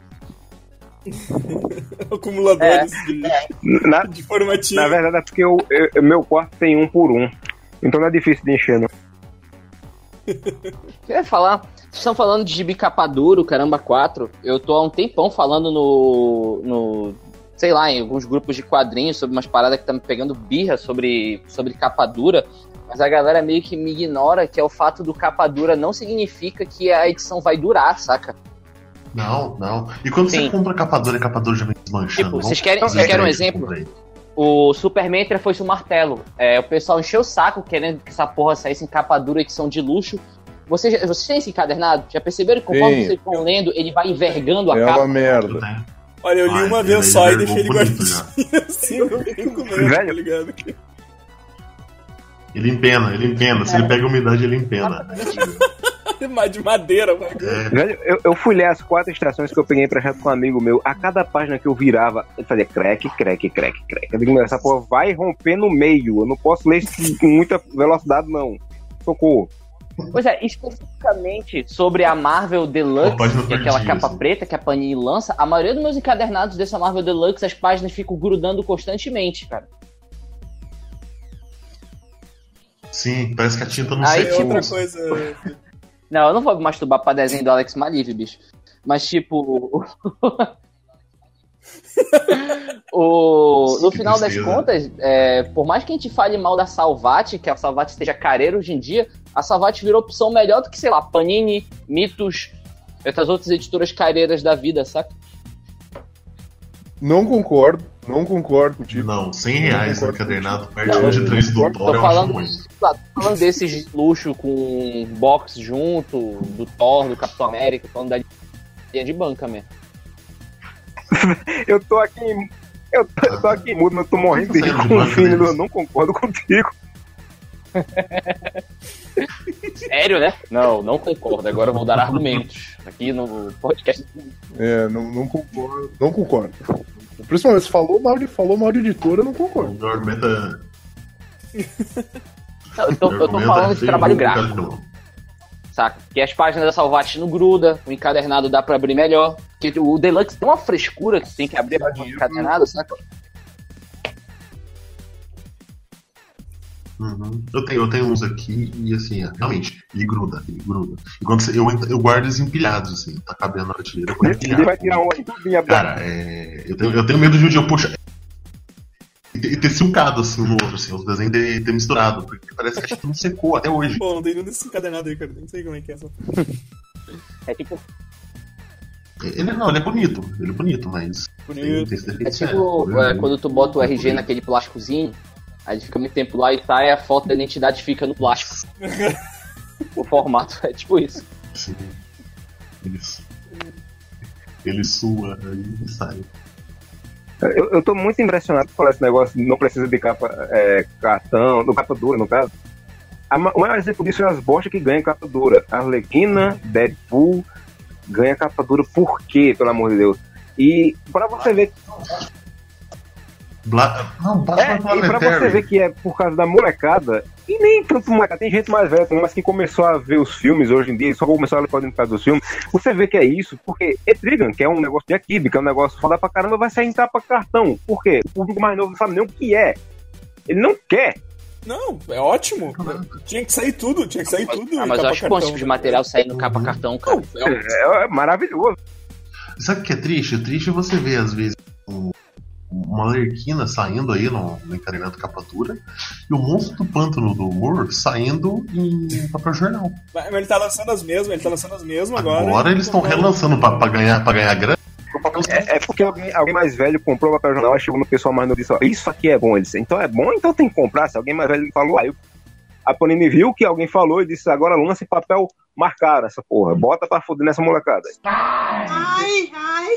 Acumuladores de formatinho. Na verdade é porque meu quarto tem 1 por 1. Então não é difícil de encher, não. Eu ia falar, vocês estão falando de gibi capa duro, caramba 4. Eu tô há um tempão falando no sei lá, em alguns grupos de quadrinhos sobre umas paradas que tá me pegando birra sobre capa dura. Mas a galera meio que me ignora que é o fato do capa dura não significa que a edição vai durar, saca? Não. E quando você compra capa dura, já vem desmanchando. Tipo, vocês querem um exemplo? O Superman foi o martelo. O pessoal encheu o saco querendo que essa porra saísse em capa dura, edição de luxo. Vocês têm esse encadernado? Já perceberam que conforme vocês vão lendo, ele vai envergando a capa? É uma merda. Olha, eu li uma vez só e deixei ele guardadinho assim, eu fico mesmo, tá ligado? Ele empena. Se ele pega umidade, ele empena. De madeira, mano. Velho, eu fui ler as 4 estações que eu peguei emprestado com um amigo meu. A cada página que eu virava, ele fazia crack. Eu digo, essa porra vai romper no meio. Eu não posso ler isso com muita velocidade, não. Socorro. Pois é, especificamente sobre a Marvel Deluxe, que é aquela capa preta que a Panini lança, a maioria dos meus encadernados dessa Marvel Deluxe, as páginas ficam grudando constantemente, cara. Sim, parece que a tinta não sei. É outra coisa. Não, eu não vou me masturbar pra desenho do Alex Maliv, bicho. Mas, tipo... no final das contas, por mais que a gente fale mal da Salvat, que a Salvat esteja careira hoje em dia, a Salvat virou opção melhor do que, sei lá, Panini, Mitos, essas outras editoras careiras da vida, saca? Não concordo contigo. Não, R$100 no encadernado, perto Não, de 3 do Thor, Tô eu acho muito. falando desses luxo com box junto, do Thor, do Capitão América, falando da linha de banca mesmo. Eu tô aqui mudo, mas eu tô morrendo de rir com o filho, eu não concordo contigo. Sério, né? Não concordo. Agora eu vou dar argumentos aqui no podcast. Não concordo. Não concordo. Principalmente, se falou mal de editora, eu não concordo. O argumento é... Eu tô falando de trabalho gráfico, saca? Que as páginas da Salvat não gruda, o encadernado dá pra abrir melhor. Que o Deluxe tem uma frescura que tem que abrir o encadernado, saca? Uhum. Eu tenho uns aqui e assim, realmente, ele gruda. E quando eu guardo eles empilhados, assim, tá cabendo na prateleira, eu vou empilhar. Ele vai tirar um aí, cara, eu tenho medo de um dia eu puxar e ter silcado assim um no outro, assim, os desenhos ter misturado, porque parece que a gente não secou até hoje. Pô, não tem nenhum desse encadernado aí, cara, nem sei como é que é essa. É tipo. Ele é bonito, mas. Bonito. Tem É tipo quando tu bota o RG naquele plásticozinho, aí fica muito tempo lá e sai, a foto da identidade fica no plástico. O formato é tipo isso. Sim. Ele sua e sai. Eu tô muito impressionado por esse negócio, não precisa de cartão, no capa dura, no caso. O maior exemplo disso é as bostas que ganham capa dura. Arlequina, Deadpool, ganha capa dura por quê, pelo amor de Deus? E pra você ver... e pra você ver que é por causa da molecada, e nem tanto molecada, tem gente mais velha também, mas que começou a ver os filmes hoje em dia, só começou a ler por causa dos filmes, você vê que é isso, porque Etrigan, que é um negócio de Akib, que é um negócio foda pra caramba, vai sair em capa cartão. Por quê? O público mais novo não sabe nem o que é. Ele não quer. Não, é ótimo. Tinha que sair tudo. Mas eu acho bom esse tipo de material sair no capa cartão, cara. É maravilhoso. Sabe o que é triste? Triste é você ver, às vezes, uma Arlequina saindo aí no encadernado capa dura e o Monstro do Pântano do Moore saindo em papel jornal. Mas ele tá lançando as mesmas agora. Agora eles estão relançando pra ganhar grana. É porque alguém mais velho comprou o papel jornal e chegou no pessoal mais novo e disse: isso aqui é bom. Ele disse: então é bom, então tem que comprar. Se alguém mais velho falou, aí a Panini viu que alguém falou e disse: agora lança em papel marcado essa porra, bota pra foder nessa molecada. Ai.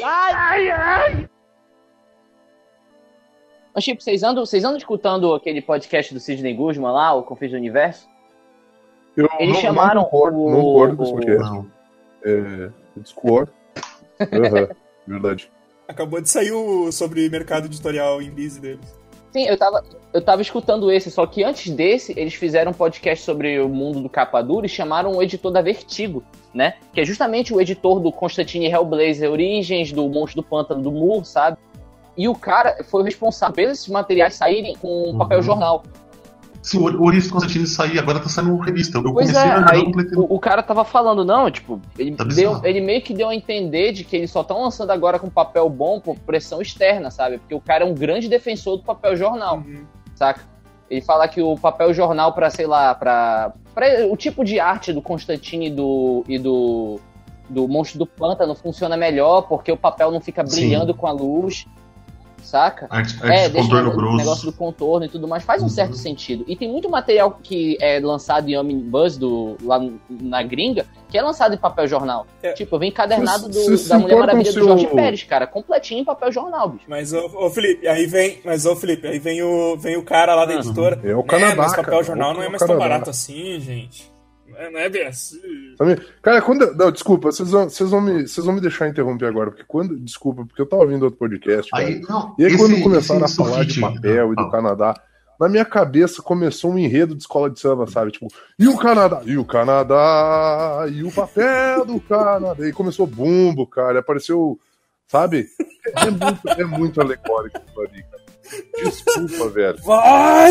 Mas, tipo, vocês andam escutando aquele podcast do Sidney Guzman lá, o Confins do Universo? Eles chamaram não concordo com esse podcast. Discordo. Verdade. Acabou de sair sobre mercado editorial em crise deles. Sim, eu tava escutando esse, só que antes desse, eles fizeram um podcast sobre o mundo do capa dura e chamaram o editor da Vertigo, né? Que é justamente o editor do Constantine Hellblazer Origins, do Monstro do Pântano do Moore, sabe? E o cara foi o responsável pelos esses materiais saírem com papel jornal. Sim, o Origins do Constantine sair, agora tá saindo revista. Eu pois comecei a aí o cara tava falando, não, tipo, ele meio que deu a entender de que eles só estão lançando agora com papel bom por pressão externa, sabe? Porque o cara é um grande defensor do papel jornal, saca? Ele fala que o papel jornal pra, sei lá, pra o tipo de arte do Constantine e do Monstro do Pântano funciona melhor porque o papel não fica brilhando com a luz. Saca? Deixa o negócio do contorno e tudo mais. Faz um certo sentido. E tem muito material que é lançado em Omnibus lá na gringa, que é lançado em papel jornal. Tipo, vem encadernado da Mulher Maravilha do Jorge Pérez, cara. Completinho em papel jornal, bicho. Mas, Felipe, aí vem o cara lá da editora. É o Canadá, mas papel cara, jornal não é mais tão barato assim, gente. Não é bem assim. Cara, não, desculpa, vocês vão me deixar interromper agora, desculpa, porque eu tava ouvindo outro podcast, aí, e aí quando começaram a falar de papel e do Canadá, na minha cabeça começou um enredo de escola de samba, sabe? Tipo, e o Canadá, e o papel do Canadá, e começou bumbo, cara, apareceu, sabe? É muito alegórico isso ali, cara. Desculpa, velho. Vai!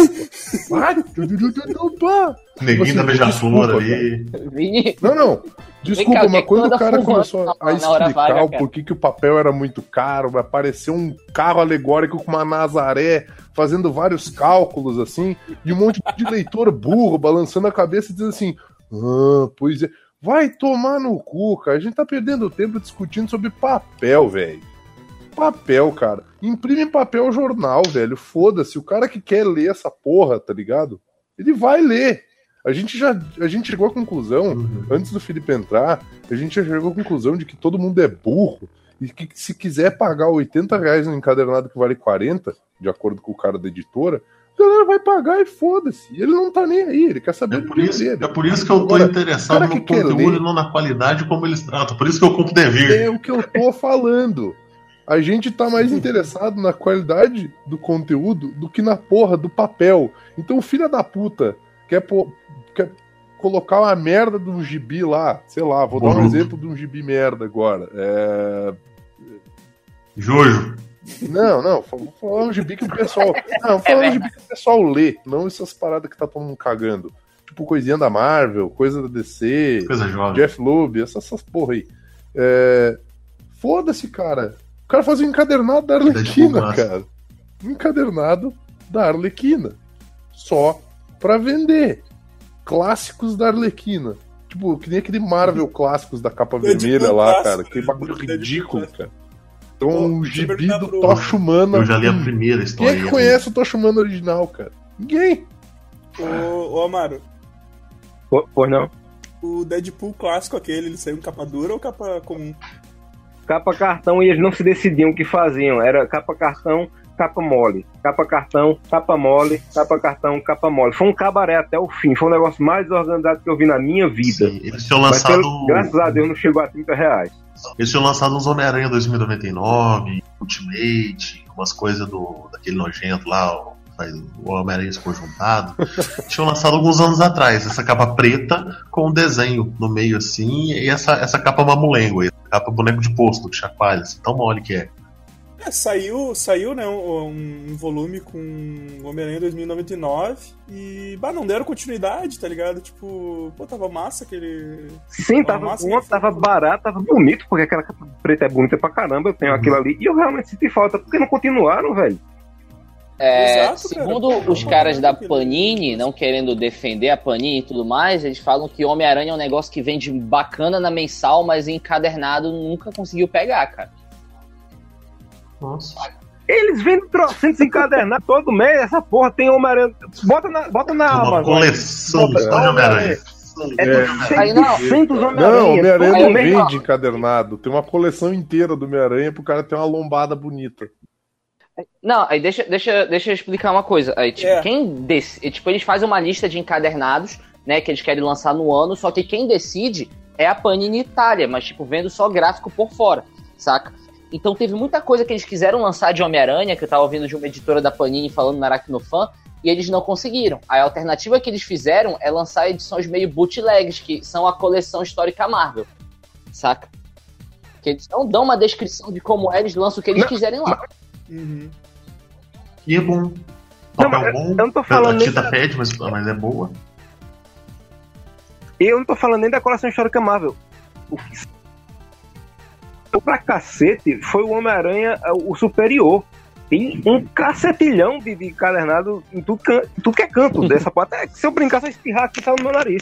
Neguinho da Beija-Flor ali. Não. Desculpa, cá, mas quando o cara começou a explicar vaga, o porquê que o papel era muito caro, vai aparecer um carro alegórico com uma Nazaré fazendo vários cálculos assim, e um monte de leitor burro balançando a cabeça e dizendo assim: pois é. Vai tomar no cu, cara. A gente tá perdendo tempo discutindo sobre papel, velho. papel, cara. Imprime em papel jornal, velho. Foda-se. O cara que quer ler essa porra, tá ligado? Ele vai ler. A gente chegou à conclusão, antes do Felipe entrar, a gente já chegou à conclusão de que todo mundo é burro e que se quiser pagar R$80 no encadernado que vale 40, de acordo com o cara da editora, a galera vai pagar e foda-se. Ele não tá nem aí, ele quer saber do dele. É por isso que eu tô interessado no conteúdo e não na qualidade como eles tratam. Por isso que eu compro Devir. É o que eu tô falando. A gente tá mais interessado na qualidade do conteúdo do que na porra do papel. Então, filha da puta, quer colocar uma merda de um gibi lá, sei lá, vou dar um exemplo de um gibi merda agora. Jojo. Não, vou falar um gibi que o pessoal. Não, falar um gibi que o pessoal lê, não essas paradas que tá todo mundo cagando. Tipo coisinha da Marvel, coisa da DC, coisa jovem. Jeff Loeb, essas porra aí. Foda-se, cara. O cara faz um encadernado da Arlequina, cara. Um encadernado da Arlequina. Só pra vender. Clássicos da Arlequina. Tipo, que nem aquele Marvel clássicos da capa vermelha lá, cara. Que bagulho ridículo, cara. Então, um gibi do Tocha Humana. Eu já li a primeira história. Quem é que conhece o Tocha Humana original, cara? Ninguém. Ô Amaro. Pois não? O Deadpool clássico aquele, ele saiu em capa dura ou capa comum? Capa cartão, e eles não se decidiam o que faziam. Era capa cartão, capa mole. Capa cartão, capa mole, capa cartão, capa mole. Foi um cabaré até o fim. Foi o negócio mais organizado que eu vi na minha vida. Sim, eles tinham lançado... graças a Deus não chegou a R$30. Eles tinham lançado uns Homem-Aranha 2099, Ultimate, umas coisas daquele nojento lá, o Homem-Aranha Esconjuntado. Tinham lançado alguns anos atrás, essa capa preta com um desenho no meio assim, e essa capa mamulengo, essa capa boneco de posto, que chacoalha, assim, tão mole que é. Saiu, né, um volume com Homem-Aranha 2099 e, não deram continuidade, tá ligado? Tipo, pô, tava massa aquele... Sim, tava bom, tava barato, tava bonito, porque aquela capa preta é bonita pra caramba, eu tenho aquilo ali, e eu realmente senti falta, porque não continuaram, velho. Exato, segundo os caras da Panini, não querendo defender a Panini e tudo mais, eles falam que Homem-Aranha é um negócio que vende bacana na mensal, mas encadernado nunca conseguiu pegar, cara. Nossa. Eles vendem trocentos encadernados todo mês, essa porra tem Homem-Aranha. Bota na Amazon. Uma coleção de Homem-Aranha. Não, Homem-Aranha não vende encadernado. Tem uma coleção inteira do Homem-Aranha pro cara ter uma lombada bonita. Não, aí deixa eu explicar uma coisa. Aí, tipo, eles fazem uma lista de encadernados, né, que eles querem lançar no ano, só que quem decide é a Panini Itália, mas, tipo, vendo só gráfico por fora, saca? Então teve muita coisa que eles quiseram lançar de Homem-Aranha, que eu tava ouvindo de uma editora da Panini falando na Aracnofan, e eles não conseguiram. A alternativa que eles fizeram é lançar edições meio bootlegs, que são a coleção histórica Marvel, saca? Que eles não dão uma descrição de como é, eles lançam o que eles quiserem lá. Uhum. E é bom. Papel bom. Eu não tô falando a tinta pede, mas é boa. Eu não tô falando nem da coleção histórica Marvel. O que pra cacete foi o Homem-Aranha, o superior. Tem um cacetilhão de encadernado em tudo que é canto dessa parte. Se eu brincar, só espirrar aqui, tá no meu nariz.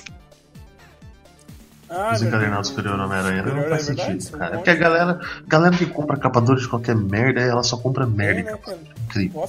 Os encadernados superior ao Homem-Aranha não faz sentido, cara. É porque a galera que compra capador de qualquer merda, ela só compra merda. Incrível.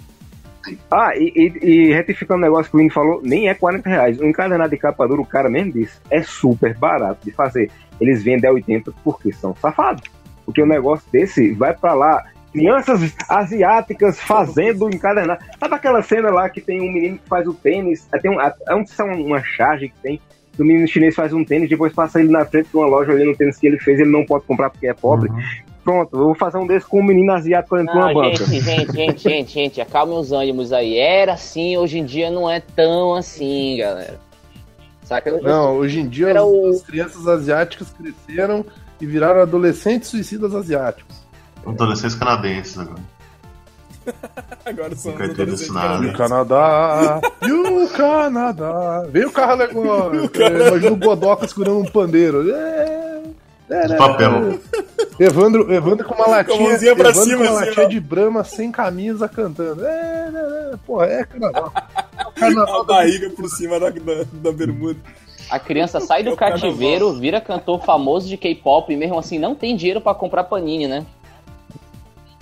E retificando o negócio que o Vini falou, nem é R$40. O encadernado de capa dura, o cara mesmo disse, é super barato de fazer. Eles vendem a 80 porque são safados. Porque o negócio desse vai pra lá, crianças asiáticas fazendo encadernado. Sabe aquela cena lá que tem um menino que faz o tênis, tem uma charge que tem, o menino chinês faz um tênis, depois passa ele na frente de uma loja olhando o tênis que ele fez, ele não pode comprar porque é pobre. Pronto, eu vou fazer um desse com um menino asiático dentro de uma banca. Gente, acalmem os ânimos aí. Era assim, hoje em dia não é tão assim, galera. Saca? Não, hoje em dia as crianças asiáticas cresceram e viraram adolescentes suicidas asiáticos. Adolescentes canadenses agora. Agora são adolescentes canadenses. E o Canadá. Veio o carro legal. Imagina o Godoka segurando um pandeiro. De papel. Evandro com uma latinha, cima, com uma latinha de Brahma sem camisa cantando. Porra, é carnaval. A barriga por cima da bermuda. A criança sai do cativeiro, vira cantor famoso de K-pop e mesmo assim não tem dinheiro pra comprar Panini, né?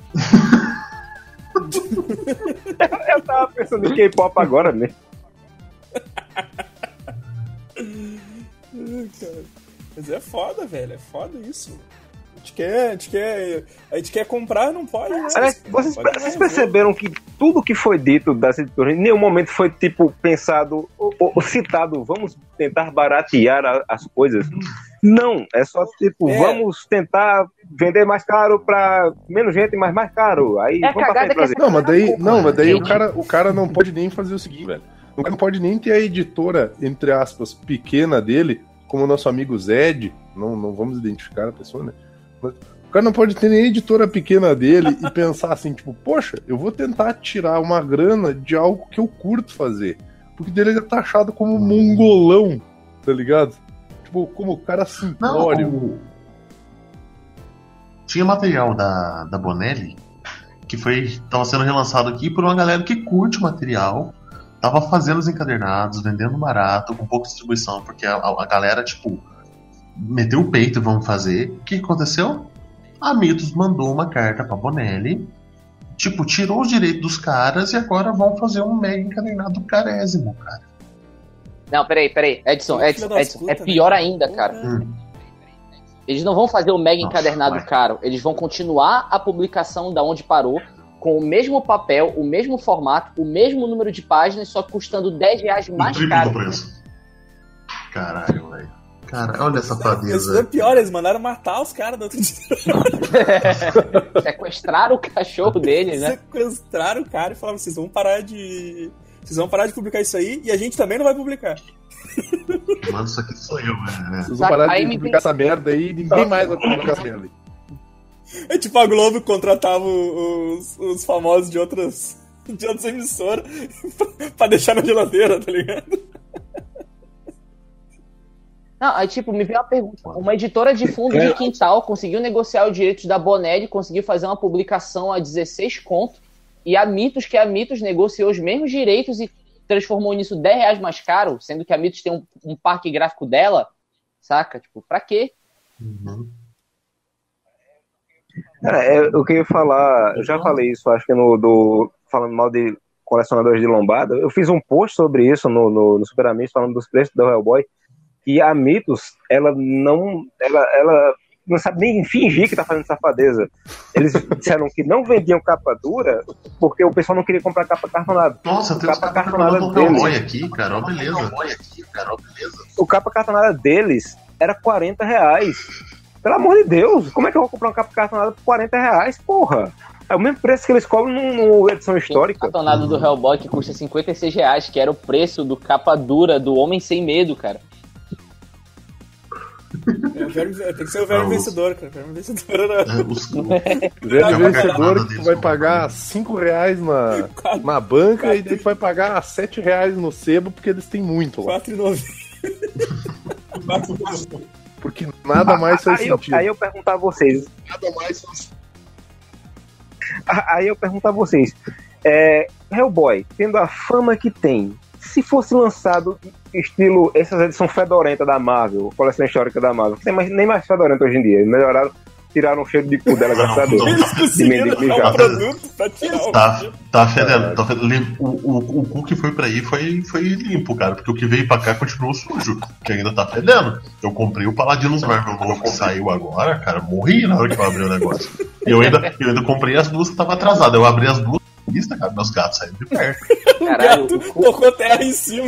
Eu tava pensando em K-pop agora mesmo. Cara. Mas é foda, velho. É foda isso. A gente quer comprar, não pode. Né? Vocês perceberam que tudo que foi dito das editoras em nenhum momento foi tipo pensado ou citado, vamos tentar baratear as coisas? Não, é só tipo, vamos tentar vender mais caro pra menos gente, mas mais caro. Aí vamos pra frente fazer. Mas daí o cara não pode nem fazer o seguinte, velho. O cara não pode nem ter a editora, entre aspas, pequena dele, como o nosso amigo Zed, não vamos identificar a pessoa, né? Mas o cara não pode ter nem a editora pequena dele e pensar assim, tipo, poxa, eu vou tentar tirar uma grana de algo que eu curto fazer. Porque dele é taxado como mongolão, tá ligado? Tipo, como cara simplório. Tinha material da Bonelli que tava sendo relançado aqui por uma galera que curte o material, tava fazendo os encadernados, vendendo barato, com pouca distribuição, porque a galera, tipo, meteu o peito e vamos fazer. O que aconteceu? A Mitos mandou uma carta pra Bonelli, tipo, tirou os direitos dos caras e agora vão fazer um mega encadernado carésimo, cara. Não, peraí. Edson, é pior ainda, cara. Eles não vão fazer o mega encadernado caro. Eles vão continuar a publicação da onde parou, com o mesmo papel, o mesmo formato, o mesmo número de páginas, só custando R$10 mais caro. Do preço. Caralho, velho. Cara, olha essa safadeza. Isso é pior, eles mandaram matar os caras da outra editora. Sequestraram o cachorro deles, né? Sequestraram o cara e falaram, vocês vão parar de publicar isso aí e a gente também não vai publicar. Mano, isso aqui sou eu, velho. Vocês vão parar de publicar essa merda aí e ninguém mais vai publicar essa merda aí. É tipo a Globo contratava os famosos de outras emissoras pra deixar na geladeira, tá ligado? Não, aí tipo, me veio uma pergunta. Uma editora de fundo de quintal conseguiu negociar os direitos da Bonelli, conseguiu fazer uma publicação a 16 conto, e a Mitos negociou os mesmos direitos e transformou nisso R$10 mais caro, sendo que a Mitos tem um parque gráfico dela, saca? Tipo, pra quê? Eu queria falar, eu já falei isso, acho que falando mal de colecionadores de lombada, eu fiz um post sobre isso no Super Amigos, falando dos preços do Hellboy, e a Mitos, ela não sabe nem fingir que tá fazendo safadeza. Eles disseram que não vendiam capa dura porque o pessoal não queria comprar capa cartonada. Nossa, tem capa cartonada do Hellboy aqui, cara, ó, beleza. O capa cartonada deles era R$40. Pelo amor de Deus, como é que eu vou comprar uma capa cartonada por R$40, porra? É o mesmo preço que eles cobram numa edição histórica. O cartonado do Hellboy que custa R$56, que era o preço do capa dura do Homem Sem Medo, cara. Tem que ser o velho vencedor, cara. O velho vencedor velho vencedor que tu vai pagar R$5 na banca e daí tu vai pagar R$7 no sebo porque eles têm muito lá. R$4,90. Porque nada mais faz sentido. Aí eu perguntar a vocês. Aí eu pergunto a vocês. Hellboy, tendo a fama que tem, se fosse lançado estilo essas edições fedorentas da Marvel, coleção histórica da Marvel, que tem nem mais fedorenta hoje em dia, eles melhoraram, tiraram o cheiro de cu dela, graças a Deus. Eles conseguiram um produto pra tirar tá fedendo. O cu que foi pra aí foi limpo, cara, porque o que veio pra cá continuou sujo, que ainda tá fedendo. Eu comprei o Paladinos Marvel novo que saiu agora, cara, morri na hora que eu abri o negócio. E eu ainda comprei as duas que tava atrasada. Eu abri as duas. Cara, meus gatos saíram de perto. Caralho, tocou terra em cima.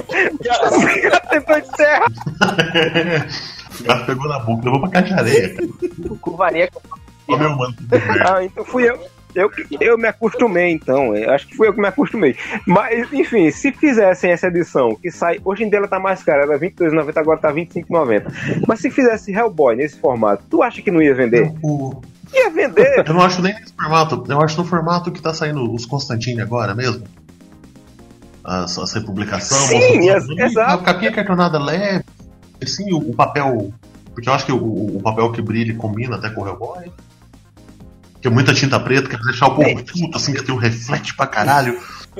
O gato pegou na boca, levou pra caixa de areia, cara. O cu varia. Ó, meu mano. Então fui eu. Eu me acostumei, então. Acho que fui eu que me acostumei. Mas, enfim, se fizessem essa edição, que sai. Hoje em dia ela tá mais cara, era R$22,90, agora tá R$25,90. Mas se fizesse Hellboy nesse formato, tu acha que não ia vender? Ia vender. Eu não acho nem nesse formato. Eu acho no formato que tá saindo os Constantine agora mesmo. Essa republicação. Sim, exato. A capinha cartonada leve. Sim, o papel. Porque eu acho que o papel que brilha combina até com o Hellboy. Que é muita tinta preta, quer deixar o povo puto, assim, que tem um reflete pra caralho.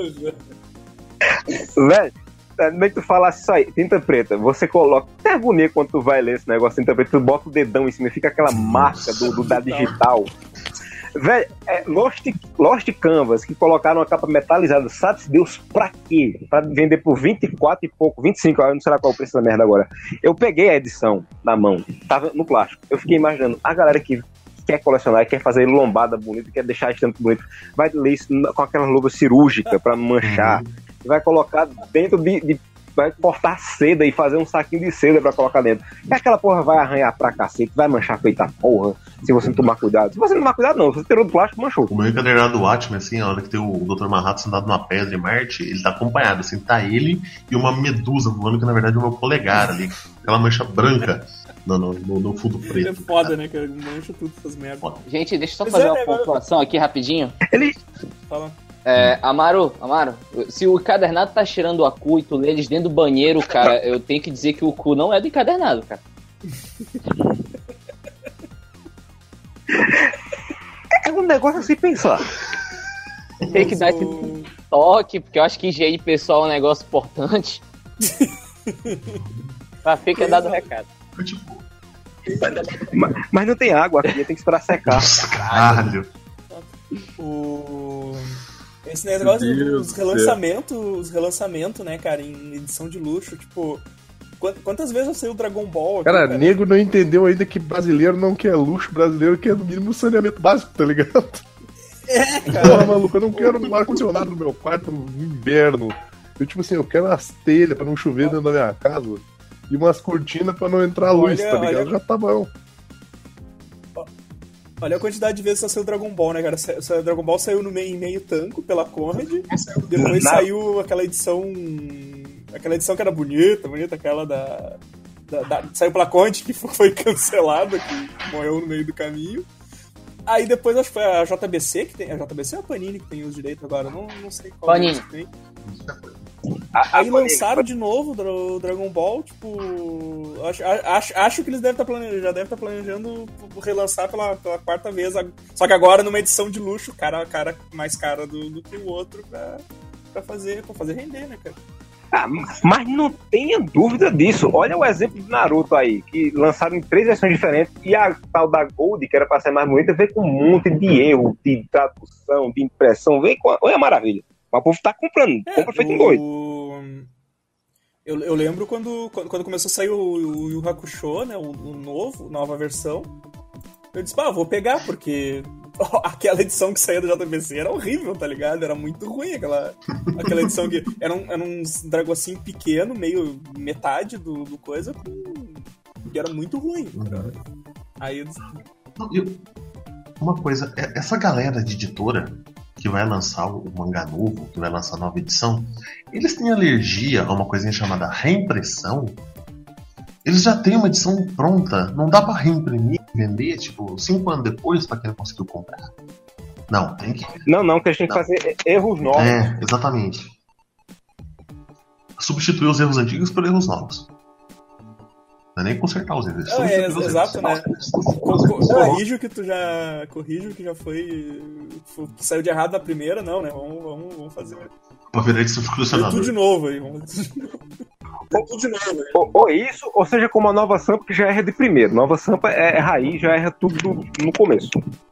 Velho, também que tu falasse isso aí, tinta preta, você coloca, até agonia quando tu vai ler esse negócio de tinta preta, tu bota o dedão em cima e fica aquela marca da digital. Velho, Lost Canvas, que colocaram uma capa metalizada, sabe-se Deus pra quê? Pra vender por 24 e pouco, 25, eu não sei lá qual é o preço da merda agora. Eu peguei a edição na mão, tava no plástico. Eu fiquei imaginando, a galera que quer colecionar, quer fazer lombada bonita, quer deixar a estampa bonita, vai ler isso com aquela luva cirúrgica pra manchar, vai colocar dentro vai cortar seda e fazer um saquinho de seda pra colocar dentro. E aquela porra vai arranhar pra cacete, vai manchar feita porra, se você não tomar cuidado. Se você não tomar cuidado, não. Se você tirou do plástico, manchou. O meu encadernado do Watchmen, assim, a hora que tem o Dr. Manhattan sentado numa pedra em Marte, ele tá acompanhado, assim, tá ele e uma medusa voando, que na verdade é o meu polegar ali. Aquela mancha branca no fundo preto. É foda, né, cara? Mancha tudo essas merdas. Gente, deixa eu só fazer uma pontuação aqui rapidinho. Fala. Amaro, se o encadernado tá cheirando o cu e tu lê eles dentro do banheiro, cara, eu tenho que dizer que o cu não é do encadernado, cara. É um negócio a se pensar. Tem que dar esse toque, porque eu acho que higiene pessoal é um negócio importante. Pra ficar dado o recado. Mas não tem água aqui, tem que esperar secar. Caralho. Esse negócio dos relançamentos, né, cara, em edição de luxo, tipo, quantas vezes eu sei o Dragon Ball aqui, cara? Nego não entendeu ainda que brasileiro não quer luxo, brasileiro quer no mínimo saneamento básico, tá ligado? Cara. Porra, maluco, eu não quero um ar-condicionado no meu quarto no inverno. Eu, tipo assim, eu quero umas telhas pra não chover dentro da minha casa e umas cortinas pra não entrar luz, tá ligado? Já tá bom. Olha a quantidade de vezes que saiu o Dragon Ball, né, cara? O Dragon Ball saiu em meio tanco pela Comedy, depois saiu aquela edição que era bonita, aquela saiu pela Comedy, que foi cancelada, que morreu no meio do caminho. Aí depois acho que foi a JBC que tem. A JBC ou a Panini que tem os direitos agora? Não sei qual Panini. Que tem. Aí lançaram de novo o Dragon Ball, tipo. Acho que eles já devem estar planejando relançar pela quarta vez. Só que agora numa edição de luxo, cara mais cara do que o outro pra fazer render, né, cara? Mas não tenha dúvida disso. Olha o exemplo do Naruto aí, que lançaram em 3 versões diferentes, e a tal da Gold, que era pra ser mais bonita, veio com um monte de erro, de tradução, de impressão, olha a maravilha. Mas o povo tá comprando, compra feito em doido. Eu lembro quando começou a sair o Yu Hakusho, né, nova versão, eu disse, vou pegar, porque aquela edição que saía do JBC era horrível, tá ligado? Era muito ruim aquela edição que era uns dragocinho pequeno, meio metade do coisa, que era muito ruim. Cara. Aí eu disse... Uma coisa, essa galera de editora que vai lançar o mangá novo, que vai lançar a nova edição, eles têm alergia a uma coisinha chamada reimpressão? Eles já têm uma edição pronta, não dá pra reimprimir e vender, tipo, 5 anos depois pra quem não conseguiu comprar? Não, tem que... Não, que a gente tem que fazer erros novos. Exatamente. Substituir os erros antigos por erros novos. Não é nem consertar os erros. Exato, né? Corrige o que já foi... que saiu de errado na primeira, não, né? Vamos fazer... Pra virar edição de colecionador. Tudo de novo aí, Ou isso, ou seja, como a Nova Sampa, que já erra de primeiro. Nova Sampa é raiz, já erra tudo no começo.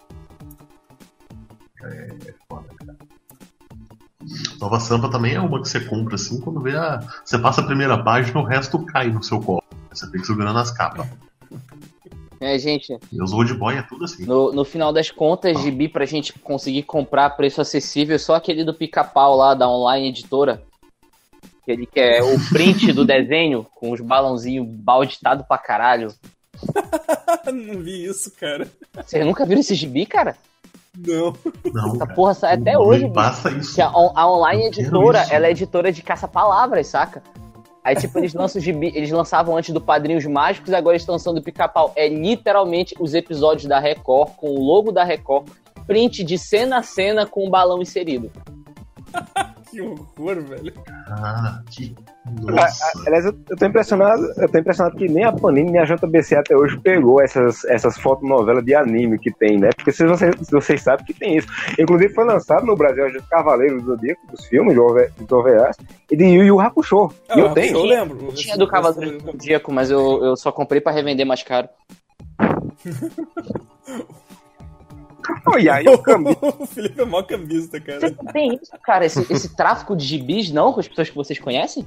É foda, cara. Nova Sampa também é uma que você compra assim, quando você passa a primeira página, o resto cai no seu colo. Você tem que segurando as capas. Gente. E os old boy é tudo assim. No final das contas, gibi pra gente conseguir comprar a preço acessível, só aquele do Pica-Pau lá, da Online Editora. Aquele que é o print do desenho, com os balãozinhos balditados pra caralho. Não vi isso, cara. Vocês nunca viram esse gibi, cara? Não. Essa porra sai até hoje. Passa isso. Que a Online Editora, ela é editora de caça-palavras, saca? Aí, tipo, eles lançam gibi, eles lançavam antes do Padrinhos Mágicos, agora eles estão lançando o Pica-Pau. É literalmente os episódios da Record, com o logo da Record, print de cena a cena com o balão inserido. Que horror, velho. Que... Nossa. Aliás, eu tô impressionado que nem a Panini nem a JBC até hoje pegou essas fotonovelas de anime que tem, né? Porque vocês sabem que tem isso. Inclusive foi lançado no Brasil os Cavaleiros do Zodíaco, dos filmes, dos OVAs, e de Yu Yu Hakusho. E eu tenho. Eu lembro. Tinha do Cavaleiro do Zodíaco, mas eu só comprei pra revender mais caro. E aí o cambista. O Felipe é mó cambista, cara. Você não tem isso, cara? Esse tráfico de gibis, não? Com as pessoas que vocês conhecem?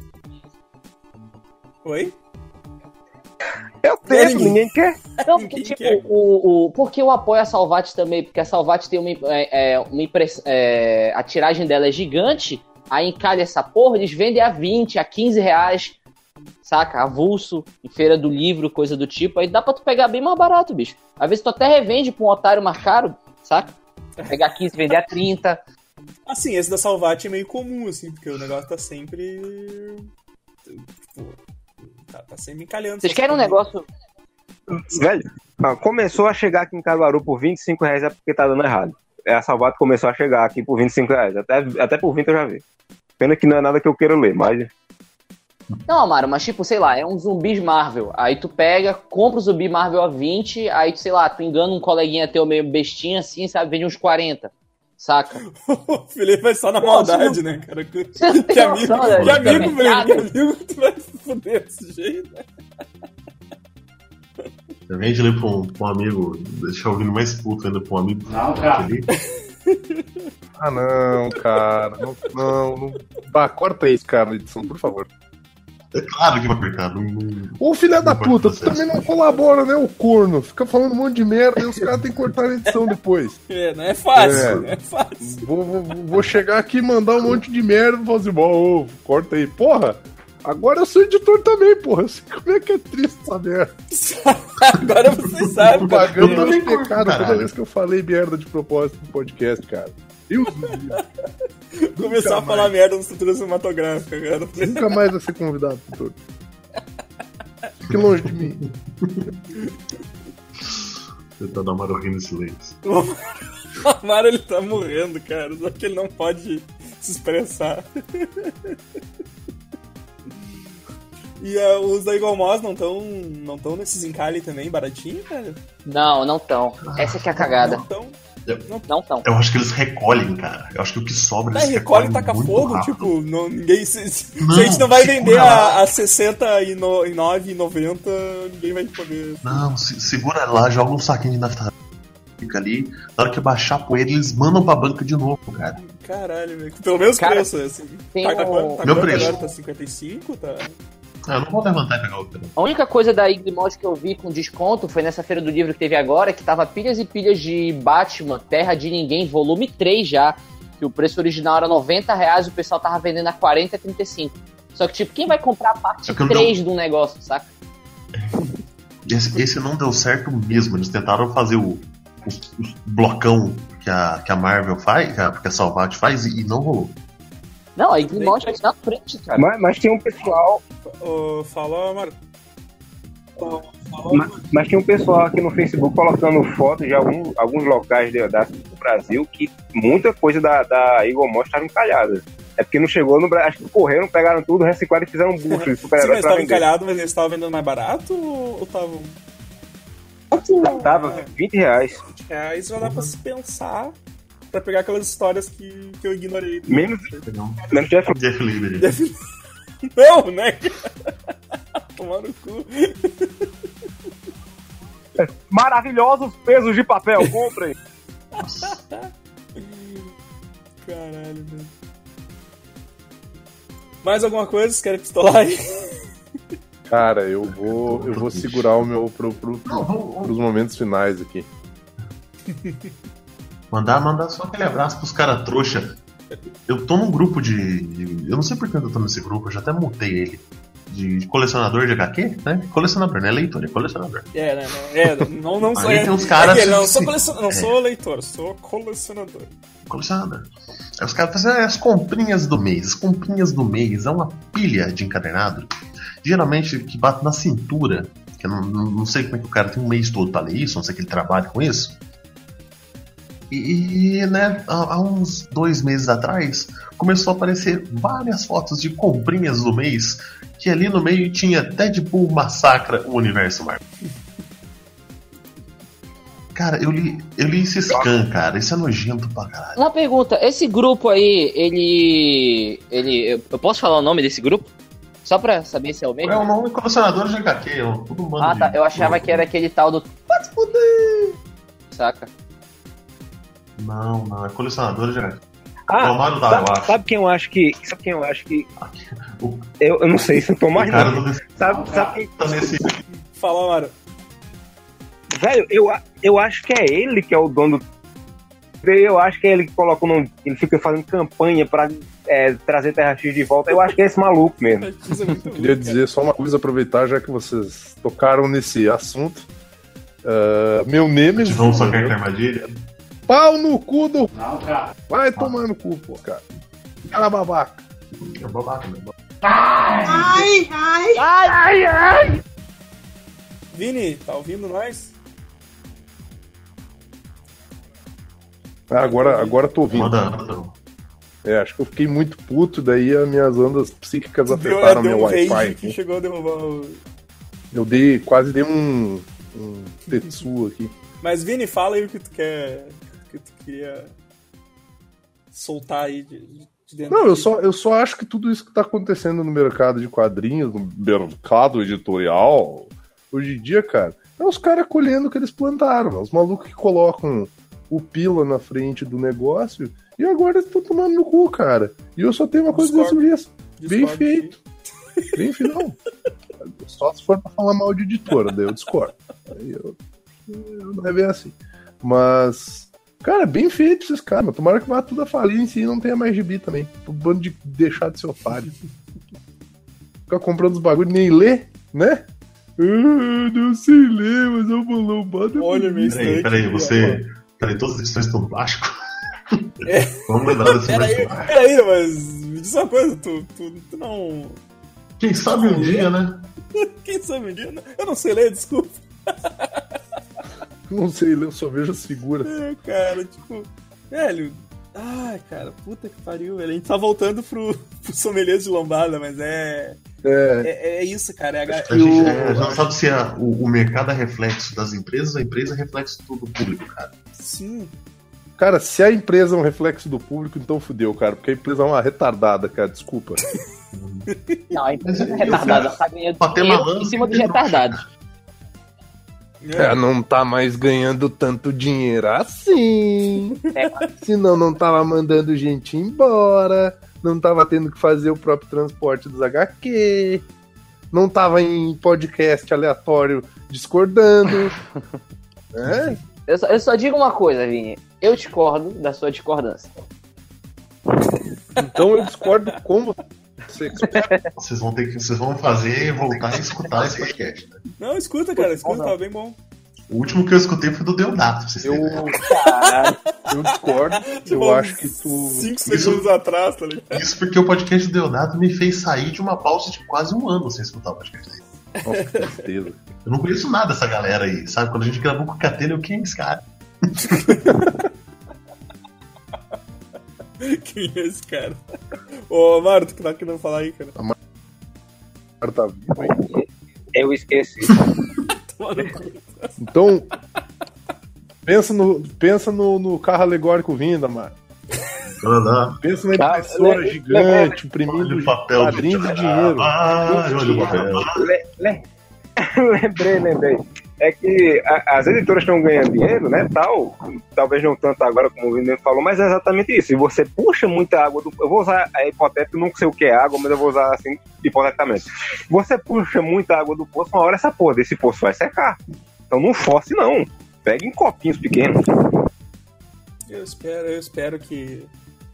Oi? Eu tenho, ninguém quer. Não, porque, Ninguém tipo, quer. por que eu apoio a Salvat também? Porque a Salvat tem a tiragem dela é gigante, aí encalha essa porra, eles vendem a 20, a 15 reais, saca? Avulso, em feira do livro, coisa do tipo, aí dá pra tu pegar bem mais barato, bicho. Às vezes tu até revende pra um otário mais caro, saca? Pegar 15, vender a 30. Assim, esse da Salvat é meio comum, assim, porque o negócio tá sempre... Tipo, tá sempre encalhando. Vocês querem um negócio... Velho, começou a chegar aqui em Caruaru por 25 reais é porque tá dando errado. A Salvato começou a chegar aqui por 25 reais. Até por 20 eu já vi. Pena que não é nada que eu queira ler, mas... Não, Amaro, mas tipo, sei lá, é um zumbis Marvel. Aí tu pega, compra o zumbi Marvel a 20, aí, sei lá, tu engana um coleguinha teu meio bestinha assim, sabe, vende uns 40. Saca? O Felipe vai só na maldade, né, cara? Que amigo, noção, né? que amigo, Mercado. Felipe, que amigo tu vai fuder desse jeito, né? Eu vende ali pra um amigo, deixa eu ouvir mais puto ainda pra um amigo. Não, cara. Ali. Ah, não, cara. Não. Ah, corta isso, cara, na edição, por favor. É claro que vai apertar. Ô, filha da Não pode puta, tu processo. também não colabora, né, o corno? Fica falando um monte de merda e os caras têm que cortar a edição depois. Não é fácil, É. não é fácil. Vou chegar aqui e mandar um monte de merda e falar assim, ô, corta aí. Porra, agora eu sou editor também, porra. Eu sei como é que é triste essa merda. Agora você sabe, Tô cara. pagando eu também meus curto, pecados toda caralho. vez que eu falei merda de propósito no podcast, cara. Deus me livre. Começar a Nunca falar mais. merda no estrutura cinematográfica, cara. Nunca mais vai ser convidado, doutor. Fique longe de mim. Você tá dando uma rindo em silêncio. O Amaro, ele tá morrendo, cara. Só que ele não pode se expressar. E os da Eagle Moss não tão nesses encalhe também, baratinho, cara? Não tão. Essa que é a cagada. Não tão. Eu acho que eles recolhem, cara. Eu acho que o que sobra eles Recolhe e recolhem taca muito fogo, rápido. tipo, ninguém. Se Não, a gente não vai vender segura lá. a 69,90, ninguém vai poder. Não, segura lá, joga um saquinho de nafta. Fica ali. Na hora que baixar a poeira, eles mandam pra banca de novo, cara. Caralho, velho. Pelo menos Cara, preço, assim. tem Tá um- quanto Meu agora? preço. Tá 55? Tá. Eu não vou levantar e pegar outra. A única coisa da Iglimod que eu vi com desconto foi nessa feira do livro que teve agora, que tava pilhas e pilhas de Batman, Terra de Ninguém, volume 3 já. Que o preço original era R$90, o pessoal tava vendendo a 40, 35. Só que, tipo, quem vai comprar a parte É que não 3 do negócio, saca? Esse não deu certo mesmo. Eles tentaram fazer os blocão que a Marvel faz, que a Salvat faz, e não rolou. Não, a Iglimod vai na frente, cara. Mas tem um pessoal. Fala, Amaro. Mas tem um pessoal aqui no Facebook colocando fotos de alguns locais do Brasil que muita coisa da Eagle Moss estava encalhada. É porque não chegou no Brasil. Acho que correram, pegaram tudo, reciclaram e fizeram um bucho de Sim, super-herói mas pra tava vender. encalhado, mas eles estavam vendendo mais barato ou estavam Tava R$20. R$20? Já dá pra se pensar pra pegar aquelas histórias que eu ignorei. Menos Jeff Liberty. Não, né? Tomar no cu. maravilhosos pesos de papel, comprem. Caralho, velho. Mais alguma coisa? Vocês querem pistolar aí? Cara, eu vou segurar o meu pros momentos finais aqui. Mandar só aquele abraço pros caras trouxa. Eu tô num grupo de. Eu não sei por que eu tô nesse grupo, eu já até mutei ele. De colecionador de HQ, né? Colecionador, não é leitor, é colecionador. Não sou. Aí tem uns caras. Não sou leitor, sou colecionador. Colecionador. Aí os caras fazem as comprinhas do mês. As comprinhas do mês é uma pilha de encadernado, geralmente que bate na cintura. Que eu não sei como é que o cara tem um mês todo pra ler isso, não sei que ele trabalha com isso. E né, há uns 2 meses atrás, começou a aparecer várias fotos de comprinhas do mês, que ali no meio tinha Deadpool massacra o universo Marvel. Cara, eu li esse scan, cara, isso é nojento pra caralho. Uma pergunta, esse grupo aí, eu posso falar o nome desse grupo? Só pra saber se é o mesmo? É o nome colecionador de HQ, todo mundo. Ah, tá, eu achava que era aquele tal do... Pode fuder! Saca? Não, é colecionador já. Ah, Tomaram da, eu acho. sabe quem eu acho que. Eu não sei se eu tô mais. Cara não. do Sabe quem. tá nesse. Fala, Mário. Velho, eu acho que é ele que é o dono do. Eu acho que é ele que coloca o nome. Ele fica fazendo campanha pra trazer Terra X de volta. Eu acho que é esse maluco mesmo. Isso é muito Queria ruim, dizer só uma coisa, aproveitar, já que vocês tocaram nesse assunto. Meu Nemesis. Vamos só cair na armadilha. Pau no cu do. Não, cara. Vai tomar no cu, pô, cara. Cala babaca. É babaca, né? Ai! Vini, tá ouvindo nós? Agora tô ouvindo. Manda. Acho que eu fiquei muito puto, daí as minhas ondas psíquicas Deu afetaram meu um Wi-Fi rage aqui. que chegou a derrubar o... Eu quase dei um tetsu aqui. Mas, Vini, fala aí o que tu quer... O que tu queria soltar aí de dentro. Não, eu só acho que tudo isso que tá acontecendo no mercado de quadrinhos, no mercado editorial, hoje em dia, cara, é os caras colhendo o que eles plantaram. Os malucos que colocam o pila na frente do negócio e agora eles estão tomando no cu, cara. E eu só tenho uma coisa a dizer sobre isso. Bem feito. Bem feito, não. Só se for pra falar mal de editora, daí eu discordo. Aí não é bem assim. Mas, cara, bem feito esses caras. Tomara que vá tudo a falir em si e não tenha mais gibi também. Pro bando de deixar de ser otário. Ficar comprando os bagulhos e nem ler, né? Não sei ler, mas eu vou lombar. Olha, meu estante. Peraí, você. Peraí, todas as edições estão no plástico? Vamos lembrar desse Peraí, mas me diz uma coisa, tu não... Quem sabe um dia, né? Quem sabe um dia? Eu não sei ler, desculpa. Não sei ler, eu só vejo as figuras. Cara, tipo... Velho... Ai, cara, puta que pariu, velho. A gente tá voltando pro sommelier de lombada, mas é isso, cara. A gente não sabe se o mercado é reflexo das empresas, a empresa é reflexo do público, cara. Sim. Cara, se a empresa é um reflexo do público, então fudeu, cara. Porque a empresa é uma retardada, cara. Desculpa. Não, a empresa é retardada. Ela tá ganhando dinheiro em cima dos retardados. Não tá mais ganhando tanto dinheiro assim. Senão não tava mandando gente embora. Não tava tendo que fazer o próprio transporte dos HQ. Não tava em podcast aleatório discordando. Eu só digo uma coisa, Vini. Eu discordo da sua discordância. Então eu discordo como você. Vocês vão voltar a escutar esse podcast. Né? Não, escuta, cara. Escuta, tá bem bom. O último que eu escutei foi do Deodato, pra vocês terem ideia. Eu discordo. Eu acho que tu... 5 segundos atrás, tá ligado? Isso porque o podcast do Deodato me fez sair de uma pausa de quase um ano sem escutar o podcast dele. Nossa, que tristeza. Eu não conheço nada dessa galera aí, sabe? Quando a gente gravou com o Catena, quem é esse cara? Quem é esse cara? Ô, Mário, tu que tá querendo falar aí, cara? O cara tá vivo aí. Eu esqueci. Então, pensa no carro alegórico vindo, mano. Pensa na impressora gigante, imprimindo quadrinhos de dinheiro. Olha o papel. Lembrei. É que as editoras estão ganhando dinheiro, né, tal. Talvez não tanto agora como o Vini falou, mas é exatamente isso. Se você puxa muita água do... Eu vou usar a hipotética, não sei o que é água, mas eu vou usar assim, hipoteticamente. Você puxa muita água do poço, uma hora essa porra desse poço vai secar. Então não force, não. Pegue em copinhos pequenos. Eu espero que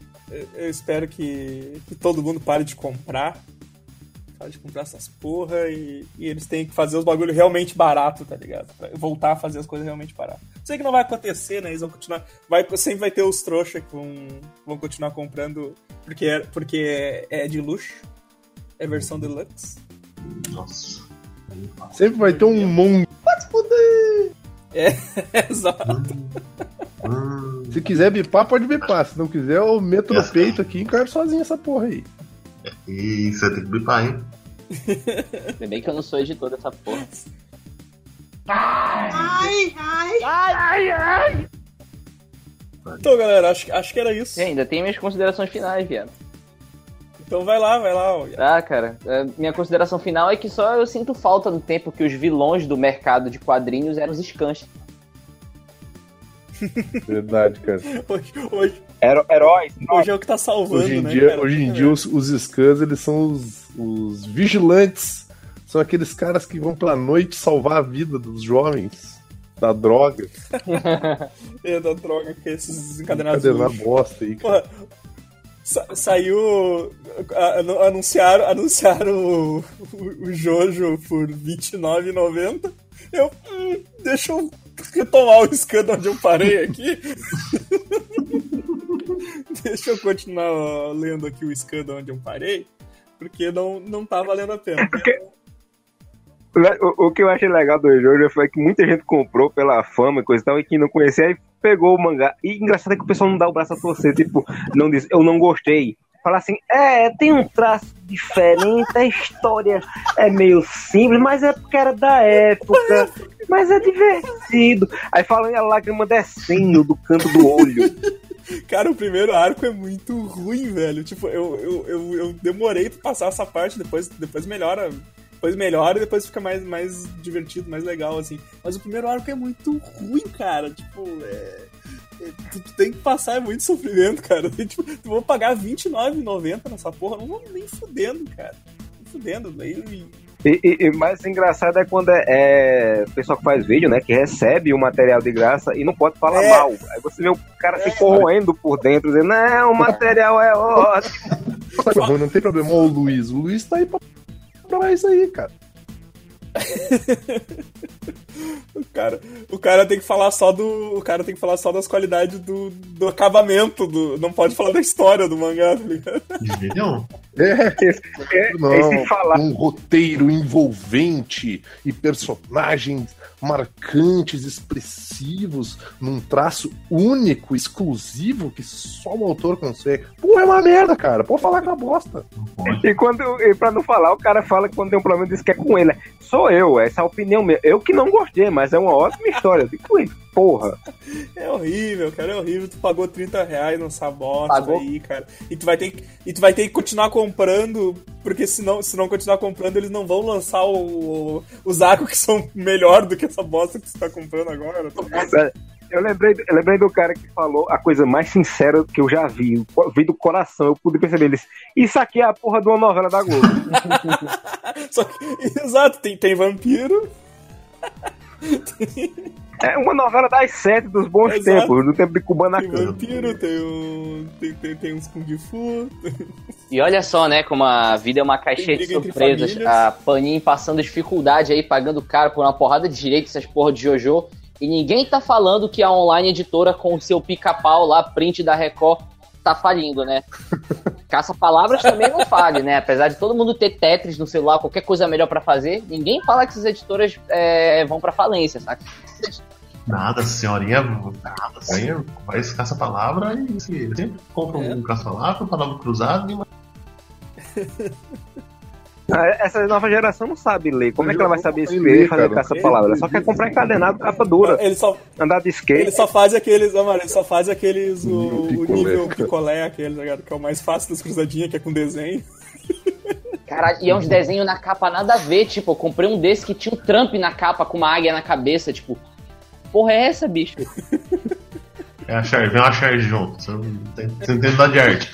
todo mundo pare de comprar. Pare de comprar essas porra e eles têm que fazer os bagulho realmente barato, tá ligado? Pra voltar a fazer as coisas realmente baratas. Sei que não vai acontecer, né? Eles vão continuar. Sempre vai ter os trouxas que vão continuar comprando porque é de luxo. É versão deluxe. Nossa. Sempre vai ter um monte. Pode foder! Exato. Se quiser bipar, pode bipar. Se não quiser, eu meto no peito aqui e encargo sozinho essa porra aí. E você tem que bipar, hein? Ainda bem que eu não sou editor dessa porra. Ai! Então, galera, acho que era isso. E ainda tem minhas considerações finais, viado. Então vai lá. Cara, minha consideração final é que só eu sinto falta no tempo que os vilões do mercado de quadrinhos eram os scans. Verdade, cara. Hoje Heróis. é o que tá salvando, Hoje em né, dia, cara? os scans, eles são os vigilantes. São aqueles caras que vão pra noite salvar a vida dos jovens da droga. É, da droga, que é esses desencadenados. Encadenar bosta aí, cara. Porra, saiu. Anunciaram o Jojo por R$29,90. Deixa eu retomar o scan onde eu parei aqui. Deixa eu continuar lendo aqui o scan onde eu parei, porque não tá valendo a pena. O que eu achei legal do Jojo foi que muita gente comprou pela fama e coisa e tal, e que não conhecia, aí pegou o mangá. E engraçado é que o pessoal não dá o braço a torcer, tipo, não diz, eu não gostei. Fala assim, tem um traço diferente, a história é meio simples, mas é porque era da época, mas é divertido. Aí fala a lágrima descendo do canto do olho. Cara, o primeiro arco é muito ruim, velho. Tipo, eu demorei pra passar essa parte, depois melhora. Depois melhora e depois fica mais divertido, mais legal, assim. Mas o primeiro arco é muito ruim, cara. Tipo, tu tem que passar, é muito sofrimento, cara. Tipo, tu vou pagar R$29,90 nessa porra. Não vou nem fudendo, cara. Nem fudendo. E mais engraçado é quando é o pessoal que faz vídeo, né? Que recebe o material de graça e não pode falar mal. Aí você vê o cara se corroendo por dentro, dizendo, não, o material é ótimo. Não tem problema, o Luiz tá aí pra isso aí, cara. O cara tem que falar só das qualidades do acabamento, não pode falar da história do mangá, tá ligado? Não. Um roteiro envolvente e personagens marcantes, expressivos, num traço único, exclusivo, que só o autor consegue. Porra, é uma merda, cara. Pode falar que é uma bosta. E pra não falar, o cara fala que quando tem um problema diz que é com ele. Sou eu, essa é a opinião minha. Eu que não gostei, mas é uma ótima história. Porra. É horrível, cara, é horrível. Tu pagou R$30 nessa bosta Pagou. aí, cara. E tu vai ter que continuar comprando, porque se não continuar comprando, eles não vão lançar os arcos que são melhor do que essa bosta que tu tá comprando agora. Eu lembrei do cara que falou a coisa mais sincera que eu já vi. Vi do coração, eu pude perceber eles. Isso aqui é a porra de uma novela da Globo. Só que, exato, tem vampiro. É uma novela das 7 dos bons tempos, do tempo de Kubanacan. Tem vampiro, tem uns Kung Fu. E olha só, né, como a vida é uma caixinha de surpresas. A Panini passando dificuldade aí, pagando caro por uma porrada de direitos, essas porra de JoJo. E ninguém tá falando que a online editora com o seu pica-pau lá, print da Record, tá falindo, né? Caça-palavras também não falha, né? Apesar de todo mundo ter Tetris no celular, qualquer coisa melhor pra fazer, ninguém fala que essas editoras vão pra falência, saca? Nada, senhorinha faz caça-palavra e sempre compra um caça-palavra, palavra cruzada e uma... Essa nova geração não sabe ler. Como é que ela vai saber escrever e fazer caça-palavra? Ela só quer comprar encadenado, capa dura. Andar de skate. Ele só faz aqueles, o nível picolé, aquele, que é o mais fácil das cruzadinhas, que é com desenho. Caralho, e é uns desenhos na capa nada a ver, tipo, eu comprei um desse que tinha um Trump na capa com uma águia na cabeça, tipo, porra é essa, bicho? É a Charge, vem uma Charge junto, você não entende nada de arte.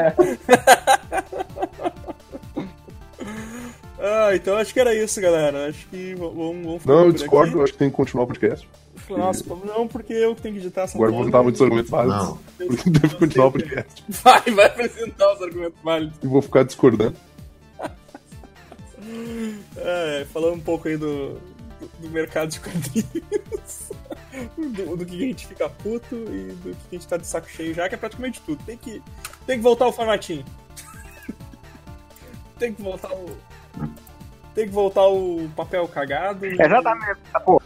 Então acho que era isso, galera. Acho que vamos não, eu discordo, acho que tem que continuar o podcast. Nossa, não, porque eu que tenho que editar essa agora vou botar muitos argumentos válidos. Não. Porque deve continuar o podcast. Vai apresentar os argumentos válidos. E vou ficar discordando. Falando um pouco aí do mercado de quadrinhos. do que a gente fica puto e do que a gente tá de saco cheio já, que é praticamente tudo. Tem que voltar o formatinho. Tem que voltar o papel cagado. Exatamente, tá porra.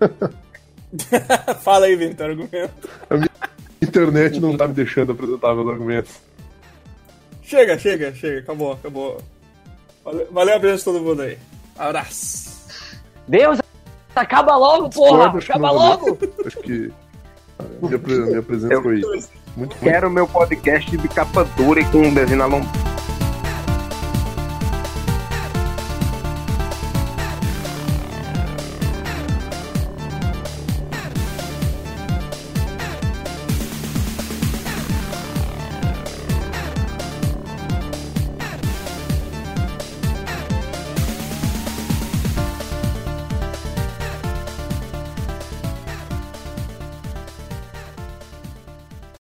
Fala aí, Vitor, argumento. A minha internet não tá me deixando apresentar meus argumentos. Chega, acabou. Valeu a presença de todo mundo aí. Abraço. Deus, acaba logo, porra! Acaba logo! Acho que a minha presença foi muito ruim. Quero meu podcast de capa dura e com um desenho na lomba.